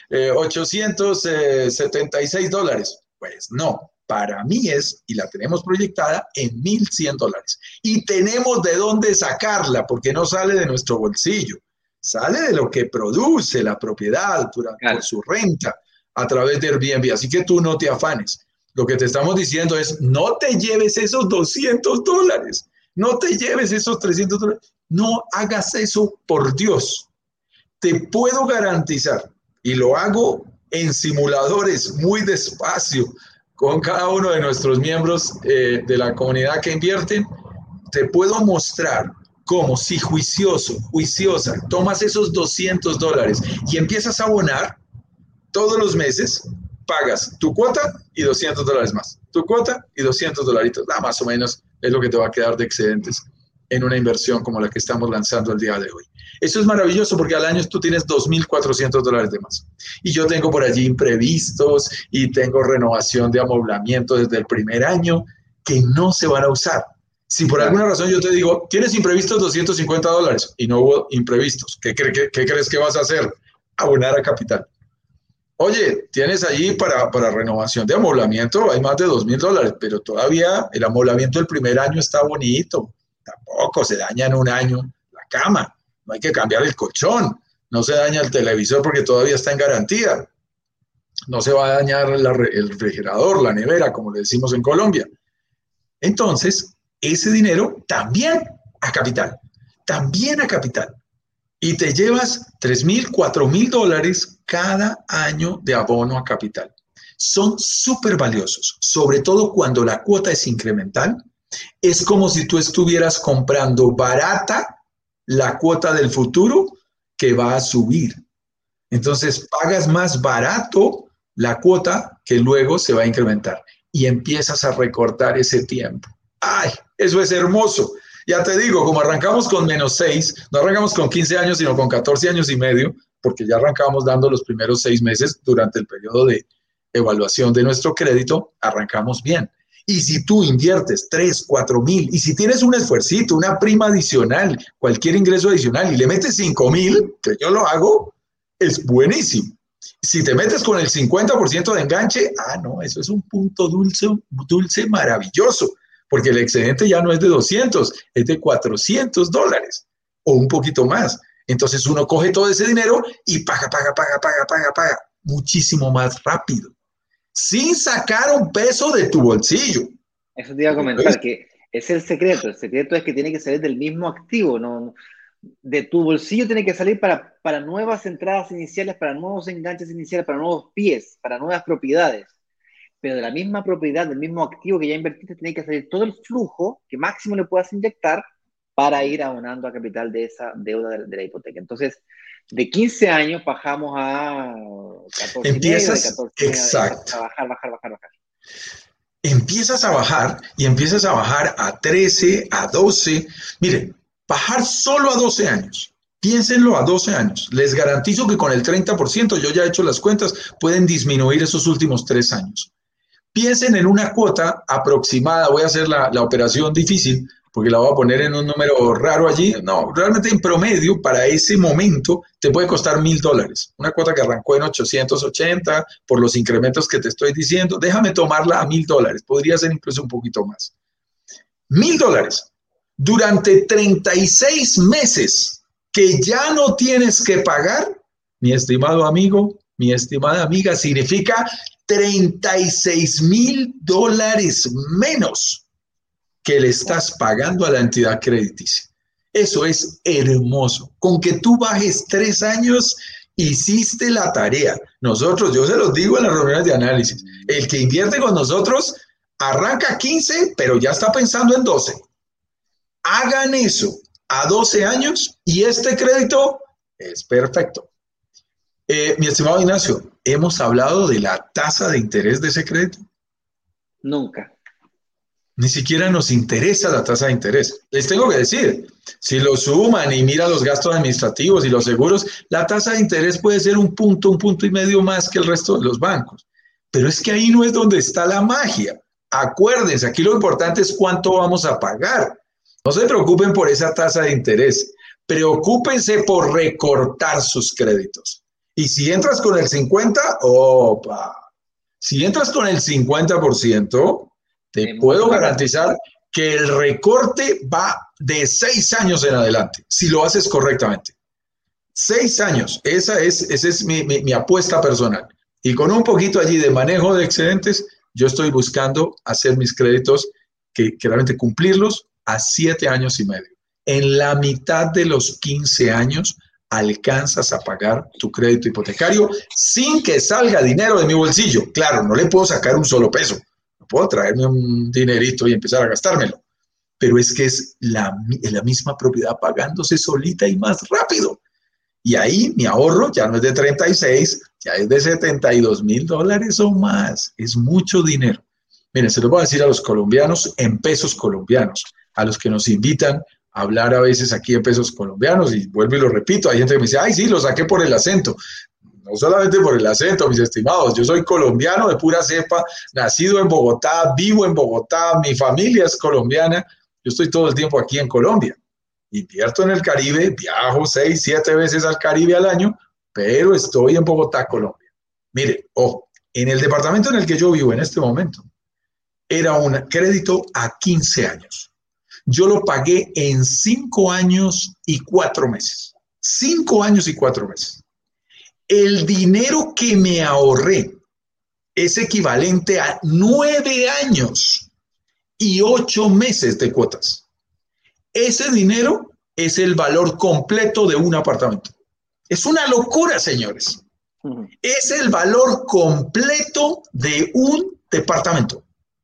$876, pues no. Para mí es, y la tenemos proyectada, en $1,100. Y tenemos de dónde sacarla, porque no sale de nuestro bolsillo. Sale de lo que produce la propiedad claro. Por su renta a través de Airbnb. Así que tú no te afanes. Lo que te estamos diciendo es, no te lleves esos $200, no te lleves esos $300, no hagas eso por Dios. Te puedo garantizar, y lo hago en simuladores muy despacio, con cada uno de nuestros miembros de la comunidad que invierten, te puedo mostrar cómo si juiciosa, tomas esos $200 y empiezas a abonar todos los meses, pagas tu cuota y $200 más. Tu cuota y $200. Más o menos es lo que te va a quedar de excedentes en una inversión como la que estamos lanzando el día de hoy. Eso es maravilloso porque al año tú tienes $2,400 de más. Y yo tengo por allí imprevistos y tengo renovación de amoblamiento desde el primer año que no se van a usar. Si por alguna razón yo te digo, tienes imprevistos $250 y no hubo imprevistos, ¿qué crees que vas a hacer? Abonar a capital. Oye, tienes allí para renovación de amoblamiento, hay más de $2,000, pero todavía el amoblamiento del primer año está bonito. Tampoco se daña en un año la cama, no hay que cambiar el colchón, no se daña el televisor porque todavía está en garantía, no se va a dañar el refrigerador, la nevera, como le decimos en Colombia. Entonces, ese dinero también a capital. Y te llevas $3,000, $4,000 cada año de abono a capital. Son súper valiosos, sobre todo cuando la cuota es incremental. Es como si tú estuvieras comprando barata la cuota del futuro que va a subir. Entonces, pagas más barato la cuota que luego se va a incrementar y empiezas a recortar ese tiempo. ¡Ay! Eso es hermoso. Ya te digo, como arrancamos con -6, no arrancamos con 15 años, sino con 14 años y medio, porque ya arrancamos dando los primeros 6 meses durante el periodo de evaluación de nuestro crédito, arrancamos bien. Y si tú inviertes 3, 4 mil, y si tienes un esfuercito, una prima adicional, cualquier ingreso adicional, y le metes 5,000, que yo lo hago, es buenísimo. Si te metes con el 50% de enganche, no, eso es un punto dulce maravilloso, porque el excedente ya no es de 200, es de $400 o un poquito más. Entonces uno coge todo ese dinero y paga muchísimo más rápido, sin sacar un peso de tu bolsillo. Eso te iba a comentar, que es el secreto es que tiene que salir del mismo activo, no de tu bolsillo tiene que salir para nuevas entradas iniciales, para nuevos enganches iniciales, para nuevos pies, para nuevas propiedades. Pero de la misma propiedad, del mismo activo que ya invertiste, tiene que salir todo el flujo que máximo le puedas inyectar para ir abonando a capital de esa deuda de la hipoteca. Entonces, de 15 años bajamos a 14 empiezas, y medio, de 14 exacto. A bajar. Empiezas a bajar y empiezas a bajar a 13, a 12. Mire, bajar solo a 12 años. Piénsenlo a 12 años. Les garantizo que con el 30%, yo ya he hecho las cuentas, pueden disminuir esos últimos 3 años. Piensen en una cuota aproximada, voy a hacer la operación difícil, porque la voy a poner en un número raro allí. No, realmente en promedio, para ese momento, te puede costar $1,000. Una cuota que arrancó en 880 por los incrementos que te estoy diciendo. Déjame tomarla a $1,000. Podría ser incluso un poquito más. $1,000 durante 36 meses que ya no tienes que pagar, mi estimado amigo, mi estimada amiga, significa $36,000 menos que le estás pagando a la entidad crediticia. Eso es hermoso. Con que tú bajes 3 años, hiciste la tarea. Nosotros, yo se los digo en las reuniones de análisis, el que invierte con nosotros arranca 15, pero ya está pensando en 12. Hagan eso a 12 años y este crédito es perfecto. Mi estimado Ignacio, ¿hemos hablado de la tasa de interés de ese crédito? Nunca. Ni siquiera nos interesa la tasa de interés. Les tengo que decir, si lo suman y miran los gastos administrativos y los seguros, la tasa de interés puede ser un punto y medio más que el resto de los bancos. Pero es que ahí no es donde está la magia. Acuérdense, aquí lo importante es cuánto vamos a pagar. No se preocupen por esa tasa de interés. Preocúpense por recortar sus créditos. Y si entras con el 50, opa. Si entras con el 50%, te puedo garantizar que el recorte va de 6 años en adelante, si lo haces correctamente. 6 años, esa es mi apuesta personal. Y con un poquito allí de manejo de excedentes, yo estoy buscando hacer mis créditos, que realmente cumplirlos a 7 años y medio. En la mitad de los 15 años, alcanzas a pagar tu crédito hipotecario sin que salga dinero de mi bolsillo. Claro, no le puedo sacar un solo peso. No puedo traerme un dinerito y empezar a gastármelo. Pero es que es la misma propiedad pagándose solita y más rápido. Y ahí mi ahorro ya no es de 36, ya es de $72,000 o más. Es mucho dinero. Miren, se lo voy a decir a los colombianos en pesos colombianos, a los que nos invitan a hablar a veces aquí en pesos colombianos, y vuelvo y lo repito, hay gente que me dice, ay, sí, lo saqué por el acento. No solamente por el acento, mis estimados, yo soy colombiano de pura cepa, nacido en Bogotá, vivo en Bogotá, mi familia es colombiana, yo estoy todo el tiempo aquí en Colombia. Invierto en el Caribe, viajo 6, 7 veces al Caribe al año, pero estoy en Bogotá, Colombia. Mire, ojo, en el departamento en el que yo vivo en este momento, era un crédito a 15 años. Yo lo pagué en 5 años y 4 meses. 5 años y 4 meses. El dinero que me ahorré es equivalente a 9 años y 8 meses de cuotas. Ese dinero es el valor completo de un apartamento. Es una locura, señores. Es el valor completo de un departamento.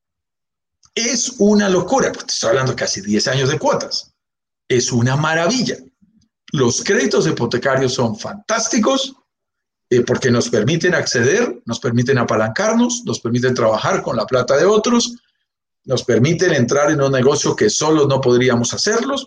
Es una locura, porque estoy hablando de casi 10 años de cuotas. Es una maravilla. Los créditos hipotecarios son fantásticos porque nos permiten acceder, nos permiten apalancarnos, nos permiten trabajar con la plata de otros, nos permiten entrar en un negocio que solos no podríamos hacerlo,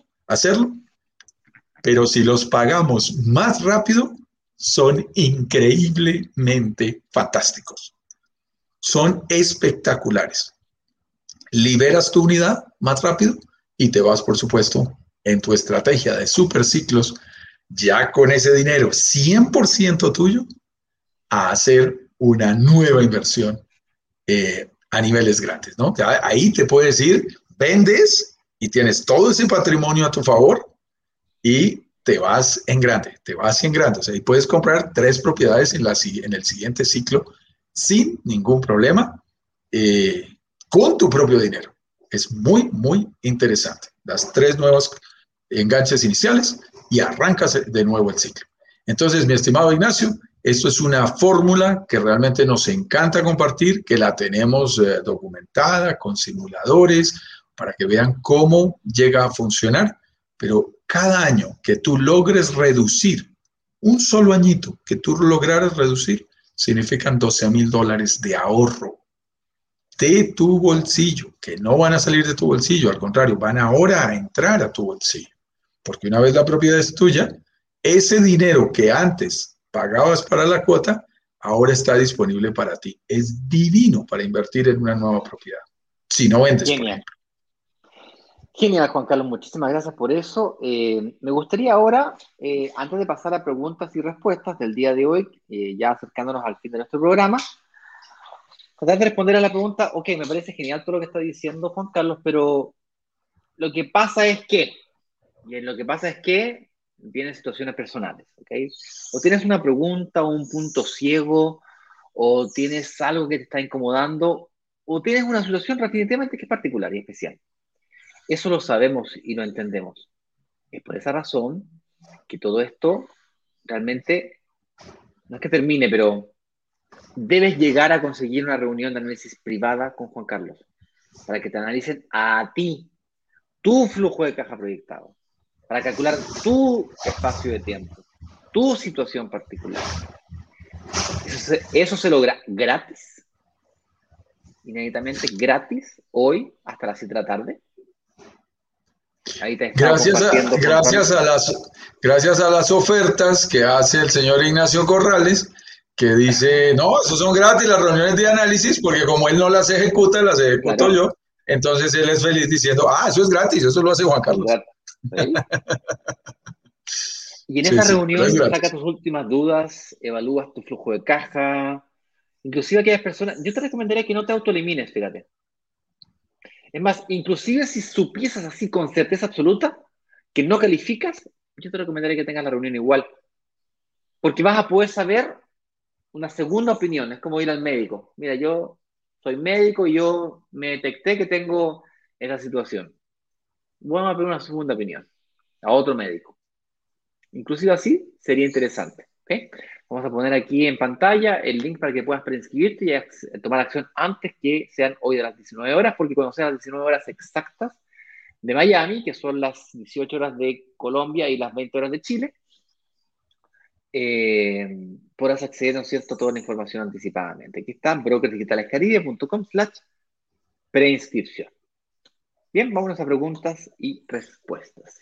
pero si los pagamos más rápido, son increíblemente fantásticos. Son espectaculares. Liberas tu unidad más rápido y te vas, por supuesto, en tu estrategia de superciclos, ya con ese dinero 100% tuyo, a hacer una nueva inversión a niveles grandes, ¿no? Ahí te puedes ir, vendes y tienes todo ese patrimonio a tu favor y te vas en grande. O sea, y puedes comprar 3 propiedades en el siguiente ciclo sin ningún problema, con tu propio dinero. Es muy, muy interesante. Das 3 nuevos enganches iniciales y arrancas de nuevo el ciclo. Entonces, mi estimado Ignacio, esto es una fórmula que realmente nos encanta compartir, que la tenemos documentada con simuladores para que vean cómo llega a funcionar. Pero cada año que tú logres reducir, un solo añito que tú lograras reducir, significan $12,000 de ahorro de tu bolsillo, que no van a salir de tu bolsillo, al contrario, van ahora a entrar a tu bolsillo. Porque una vez la propiedad es tuya, ese dinero que antes pagabas para la cuota, ahora está disponible para ti. Es divino para invertir en una nueva propiedad. Si no vendes, Genial. por ejemplo. Genial, Juan Carlos, muchísimas gracias por eso. Me gustaría ahora, antes de pasar a preguntas y respuestas del día de hoy, ya acercándonos al fin de nuestro programa, tratar de responder a la pregunta, ok, me parece genial todo lo que está diciendo Juan Carlos, pero lo que pasa es que, y en lo que pasa es que vienen situaciones personales, ¿ok? O tienes una pregunta o un punto ciego, o tienes algo que te está incomodando, o tienes una situación definitivamente que es particular y especial. Eso lo sabemos y lo entendemos. Es por esa razón que todo esto realmente no es que termine, pero debes llegar a conseguir una reunión de análisis privada con Juan Carlos para que te analicen a ti, tu flujo de caja proyectado, para calcular tu espacio de tiempo, tu situación particular. Eso se logra gratis, inéditamente gratis, hoy hasta las 7 de la tarde. Ahí te he estado Gracias a, compartiendo, Juan Carlos. gracias a las, gracias a las ofertas que hace el señor Ignacio Corrales, que dice, no, esos son gratis las reuniones de análisis, porque como él no las ejecuta, las ejecuto Claro, yo. Entonces él es feliz diciendo, eso es gratis, eso lo hace Juan Carlos. ¿sí? Y en Sí, esa sí, pero es reunión saca gratis. tus últimas dudas, evalúas tu flujo de caja, inclusive aquellas personas, yo te recomendaría que no te autoelimines, fíjate. Es más, inclusive si supieses así con certeza absoluta que no calificas, yo te recomendaría que tengas la reunión igual, porque vas a poder saber una segunda opinión, es como ir al médico. Mira, yo soy médico y yo me detecté que tengo esa situación. Vamos a pedir una segunda opinión a otro médico. Inclusive así sería interesante. ¿Okay? Vamos a poner aquí en pantalla el link para que puedas preinscribirte y tomar acción antes que sean hoy de las 19 horas, porque cuando sean las 19 horas exactas de Miami, que son las 18 horas de Colombia y las 20 horas de Chile, podrás acceder, ¿no es cierto?, a toda la información anticipadamente. Aquí está, brokersdigitalescaribe.com/preinscripción. Bien, vámonos a preguntas y respuestas.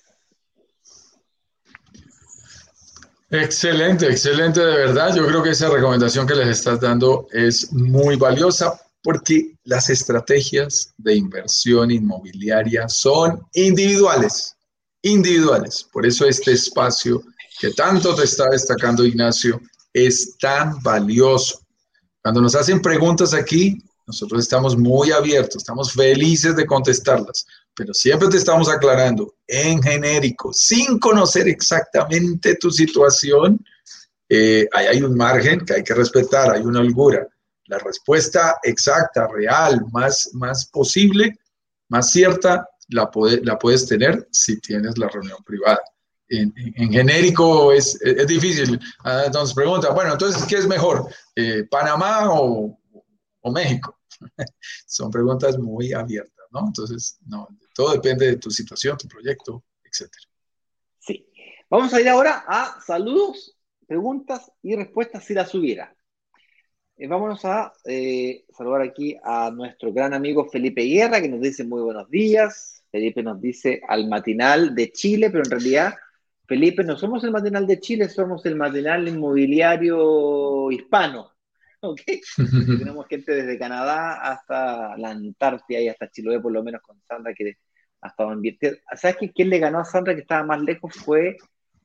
Excelente, excelente, de verdad. Yo creo que esa recomendación que les estás dando es muy valiosa porque las estrategias de inversión inmobiliaria son individuales, individuales. Por eso este espacio que tanto te está destacando Ignacio es tan valioso. Cuando nos hacen preguntas aquí, nosotros estamos muy abiertos, estamos felices de contestarlas, pero siempre te estamos aclarando en genérico, sin conocer exactamente tu situación. Hay un margen que hay que respetar, hay una holgura. La respuesta exacta, real, más posible, más cierta, la puedes tener si tienes la reunión privada. En genérico es difícil. Entonces pregunta, bueno, entonces, ¿qué es mejor? ¿Panamá o México? Son preguntas muy abiertas, ¿no? Entonces, no, todo depende de tu situación, tu proyecto, etcétera. Sí. Vamos a ir ahora a saludos, preguntas y respuestas si las hubiera. Vámonos a saludar aquí a nuestro gran amigo Felipe Guerra, que nos dice muy buenos días. Felipe nos dice al matinal de Chile, pero en realidad, Felipe, no somos el matinal de Chile, somos el matinal inmobiliario hispano. ¿Ok? Porque tenemos gente desde Canadá hasta la Antártida y hasta Chiloé, por lo menos con Sandra, que ha estado invirtiendo. ¿Sabes qué? ¿Quién le ganó a Sandra, que estaba más lejos? Fue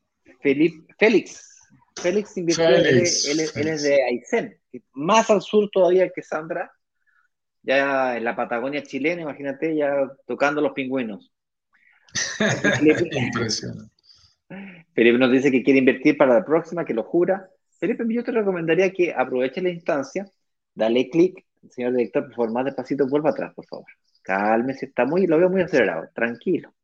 Félix. Félix invirtió, él es Félix. de Aysén, más al sur todavía que Sandra, ya en la Patagonia chilena, imagínate, ya tocando los pingüinos. Aquí Felipe, Impresionante. Felipe nos dice que quiere invertir para la próxima, que lo jura. Felipe, yo te recomendaría que aproveche la instancia, dale clic, señor director, por favor, más despacito, vuelva atrás, por favor. Cálmese, lo veo muy acelerado, tranquilo.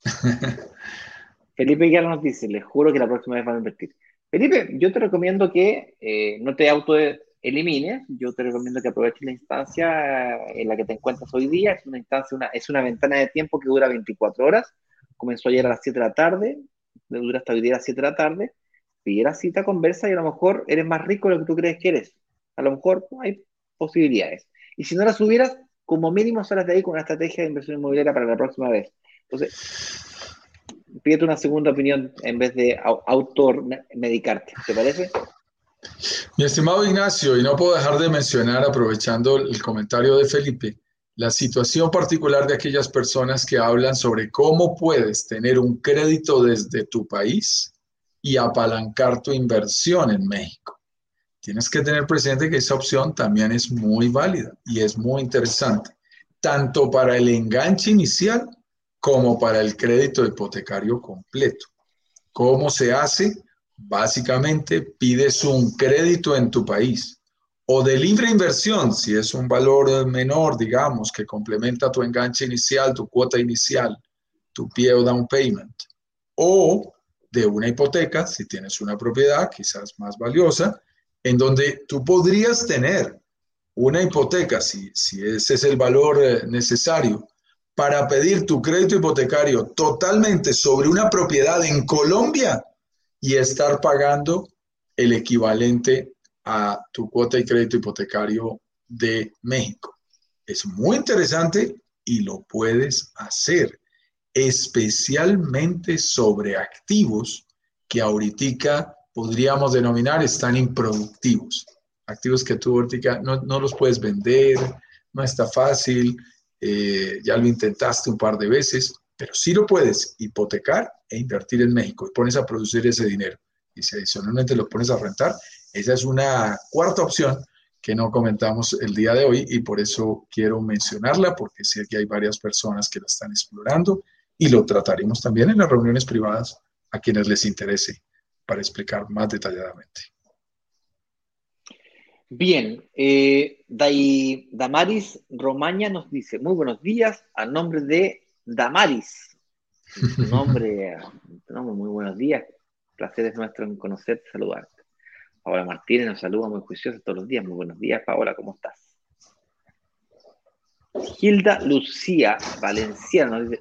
Felipe ya nos dice, les juro que la próxima vez van a invertir. Felipe, yo te recomiendo que no te autoelimines, yo te recomiendo que aproveches la instancia en la que te encuentras hoy día. Es una instancia, es una ventana de tiempo que dura 24 horas. Comenzó ayer a las 7 de la tarde, dura hasta hoy día a las 7 de la tarde. Pide la cita, conversa y a lo mejor eres más rico de lo que tú crees que eres. A lo mejor hay posibilidades. Y si no las hubieras, como mínimo sales de ahí con una estrategia de inversión inmobiliaria para la próxima vez. Entonces, pídete una segunda opinión en vez de automedicarte, ¿te parece? Mi estimado Ignacio, y no puedo dejar de mencionar, aprovechando el comentario de Felipe, la situación particular de aquellas personas que hablan sobre cómo puedes tener un crédito desde tu país y apalancar tu inversión en México. Tienes que tener presente que esa opción también es muy válida y es muy interesante, tanto para el enganche inicial como para el crédito hipotecario completo. ¿Cómo se hace? Básicamente pides un crédito en tu país o de libre inversión, si es un valor menor, digamos, que complementa tu enganche inicial, tu cuota inicial, tu pie o down payment, o de una hipoteca, si tienes una propiedad quizás más valiosa, en donde tú podrías tener una hipoteca, si ese es el valor necesario, para pedir tu crédito hipotecario totalmente sobre una propiedad en Colombia y estar pagando el equivalente a tu cuota y crédito hipotecario de México. Es muy interesante y lo puedes hacer, especialmente sobre activos que ahorita podríamos denominar están improductivos. Activos que tú ahorita no los puedes vender, no está fácil, ya lo intentaste un par de veces, pero sí lo puedes hipotecar e invertir en México y pones a producir ese dinero. Y si adicionalmente lo pones a rentar, esa es una cuarta opción que no comentamos el día de hoy y por eso quiero mencionarla porque sé que hay varias personas que la están explorando y lo trataremos también en las reuniones privadas a quienes les interese para explicar más detalladamente. Bien, Damaris Romaña nos dice, muy buenos días, a nombre de Damaris. Tu nombre, muy buenos días. Placer es nuestro en conocerte, saludarte. Paola Martínez nos saluda muy juiciosa todos los días. Muy buenos días, Paola, ¿cómo estás? Hilda Lucía Valenciano nos dice...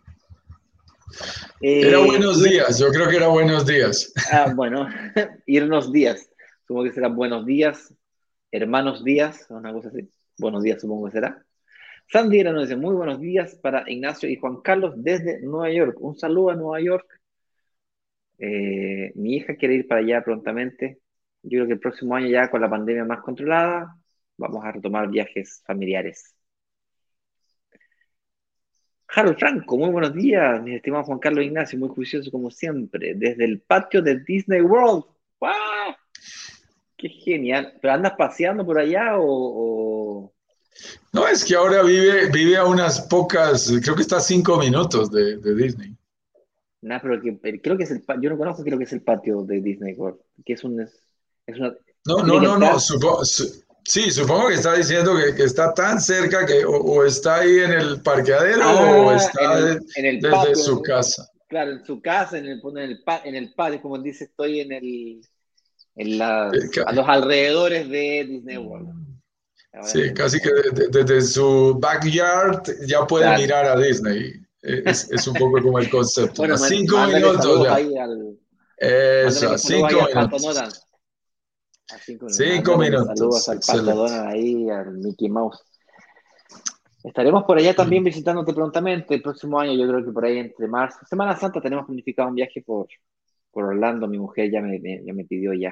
Era buenos días, yo creo que era buenos días. Bueno, irnos días. Supongo que será buenos días, hermanos días, una cosa así. Buenos días, supongo que será. Sandy nos dice, muy buenos días para Ignacio y Juan Carlos desde Nueva York. Un saludo a Nueva York. Mi hija quiere ir para allá prontamente. Yo creo que el próximo año ya con la pandemia más controlada, vamos a retomar viajes familiares. Harold Franco, muy buenos días, mi estimado Juan Carlos Ignacio, muy juicioso como siempre, desde el patio de Disney World. ¡Wow! ¡Qué genial! ¿Pero andas paseando por allá o...? No, es que ahora vive a unas pocas, creo que está a 5 minutos de Disney. Nada, pero creo que es yo no conozco, creo que es el patio de Disney World, que es una... tiene que No. entrar... Sí, supongo que está diciendo que está tan cerca que o está ahí en el parqueadero o Ah, está en el desde patio, su casa. claro, en su casa, en el patio, como dice, estoy Eh, a ca- los alrededores de Disney World. Ahora Sí, entendí. casi que desde su backyard ya puede Claro. mirar a Disney. Es un poco como el concepto. A Bueno, 5 minutos ya. Eso, mándale a saludos ahí cinco al Pato minutos. Donald. A 5 minutos. Cinco Mándale saludos minutos, al Pato excelente. Donald ahí, al Mickey Mouse. Estaremos por allá también visitándote prontamente el próximo año. Yo creo que por ahí entre marzo, Semana Santa, tenemos planificado un viaje por Orlando. Mi mujer ya me pidió ya.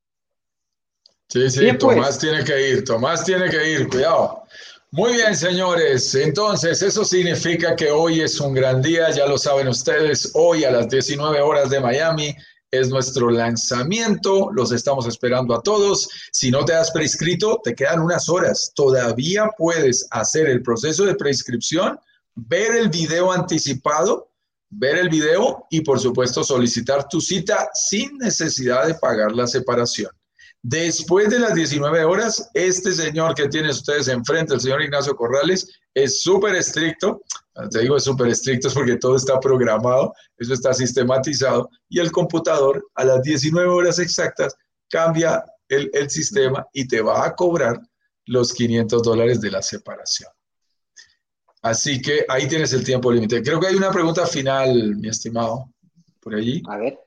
Sí, Bien, pues. Tomás tiene que ir, cuidado. Muy bien, señores. Entonces, eso significa que hoy es un gran día, ya lo saben ustedes. Hoy a las 19 horas de Miami es nuestro lanzamiento. Los estamos esperando a todos. Si no te has prescrito, te quedan unas horas. Todavía puedes hacer el proceso de prescripción, ver el video anticipado, ver el video y, por supuesto, solicitar tu cita sin necesidad de pagar la separación. Después de las 19 horas, este señor que tienen ustedes enfrente, el señor Ignacio Corrales, es súper estricto. Te digo, es súper estricto es porque todo está programado, eso está sistematizado y el computador a las 19 horas exactas cambia el sistema y te va a cobrar los $500 de la separación. Así que ahí tienes el tiempo límite. Creo que hay una pregunta final, mi estimado, por allí. A ver.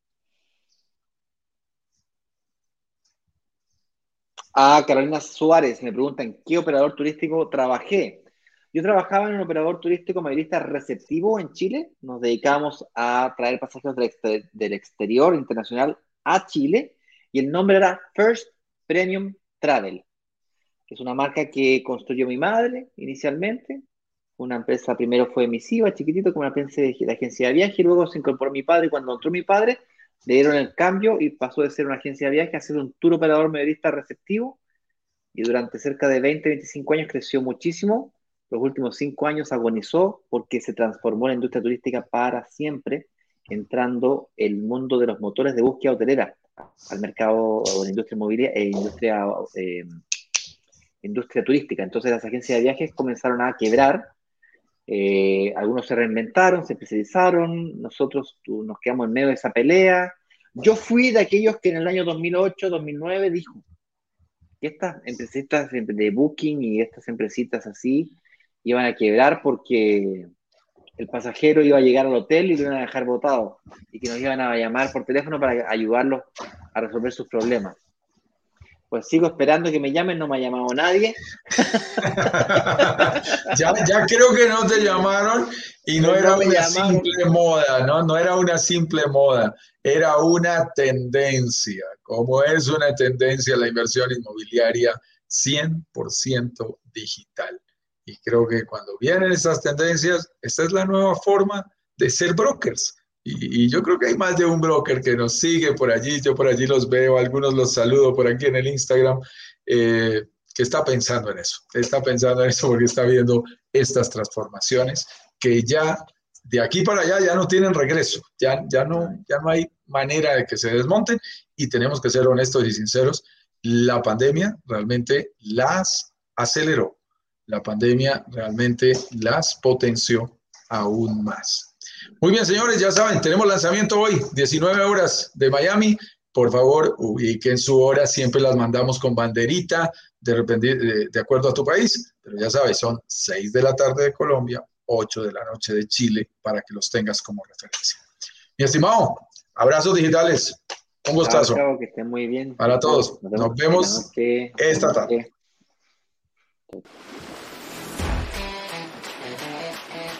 Carolina Suárez me pregunta en qué operador turístico trabajé. Yo trabajaba en un operador turístico mayorista receptivo en Chile. Nos dedicábamos a traer pasajeros del exterior internacional a Chile y el nombre era First Premium Travel. que es una marca que construyó mi madre inicialmente. Una empresa, primero fue misiva, chiquitito, como una agencia de viaje, y luego se incorporó mi padre, y cuando entró mi padre, le dieron el cambio y pasó de ser una agencia de viaje a ser un tour operador mayorista receptivo, y durante cerca de 20, 25 años creció muchísimo. Los últimos 5 años agonizó porque se transformó la industria turística para siempre, entrando el mundo de los motores de búsqueda hotelera al mercado o la industria inmobiliaria industria turística. Entonces las agencias de viajes comenzaron a quebrar, algunos se reinventaron, se especializaron, nosotros nos quedamos en medio de esa pelea. Yo fui de aquellos que en el año 2008, 2009 dijo que estas empresitas de Booking y estas empresitas así iban a quebrar porque el pasajero iba a llegar al hotel y lo iban a dejar botado y que nos iban a llamar por teléfono para ayudarlos a resolver sus problemas. Pues sigo esperando que me llamen, no me ha llamado nadie. Ya creo que no te llamaron y no era No me una llamaron. simple moda, ¿no? No era una simple moda, era una tendencia. Como es una tendencia la inversión inmobiliaria 100% digital. Y creo que cuando vienen esas tendencias, esta es la nueva forma de ser brokers. Y yo creo que hay más de un broker que nos sigue por allí, yo por allí los veo, algunos los saludo por aquí en el Instagram, que está pensando en eso porque está viendo estas transformaciones que ya de aquí para allá ya no tienen regreso, ya no hay manera de que se desmonten y tenemos que ser honestos y sinceros, la pandemia realmente las aceleró, la pandemia realmente las potenció aún más. Muy bien, señores, ya saben, tenemos lanzamiento hoy, 19 horas de Miami. Por favor, ubiquen su hora, siempre las mandamos con banderita, de acuerdo a tu país, pero ya sabes, son 6 de la tarde de Colombia, 8 de la noche de Chile, para que los tengas como referencia. Mi estimado, abrazos digitales, un Chao, gustazo chao, que estén muy bien. para todos. Nos Nos vemos en la vemos noche. esta tarde. Buenas noches.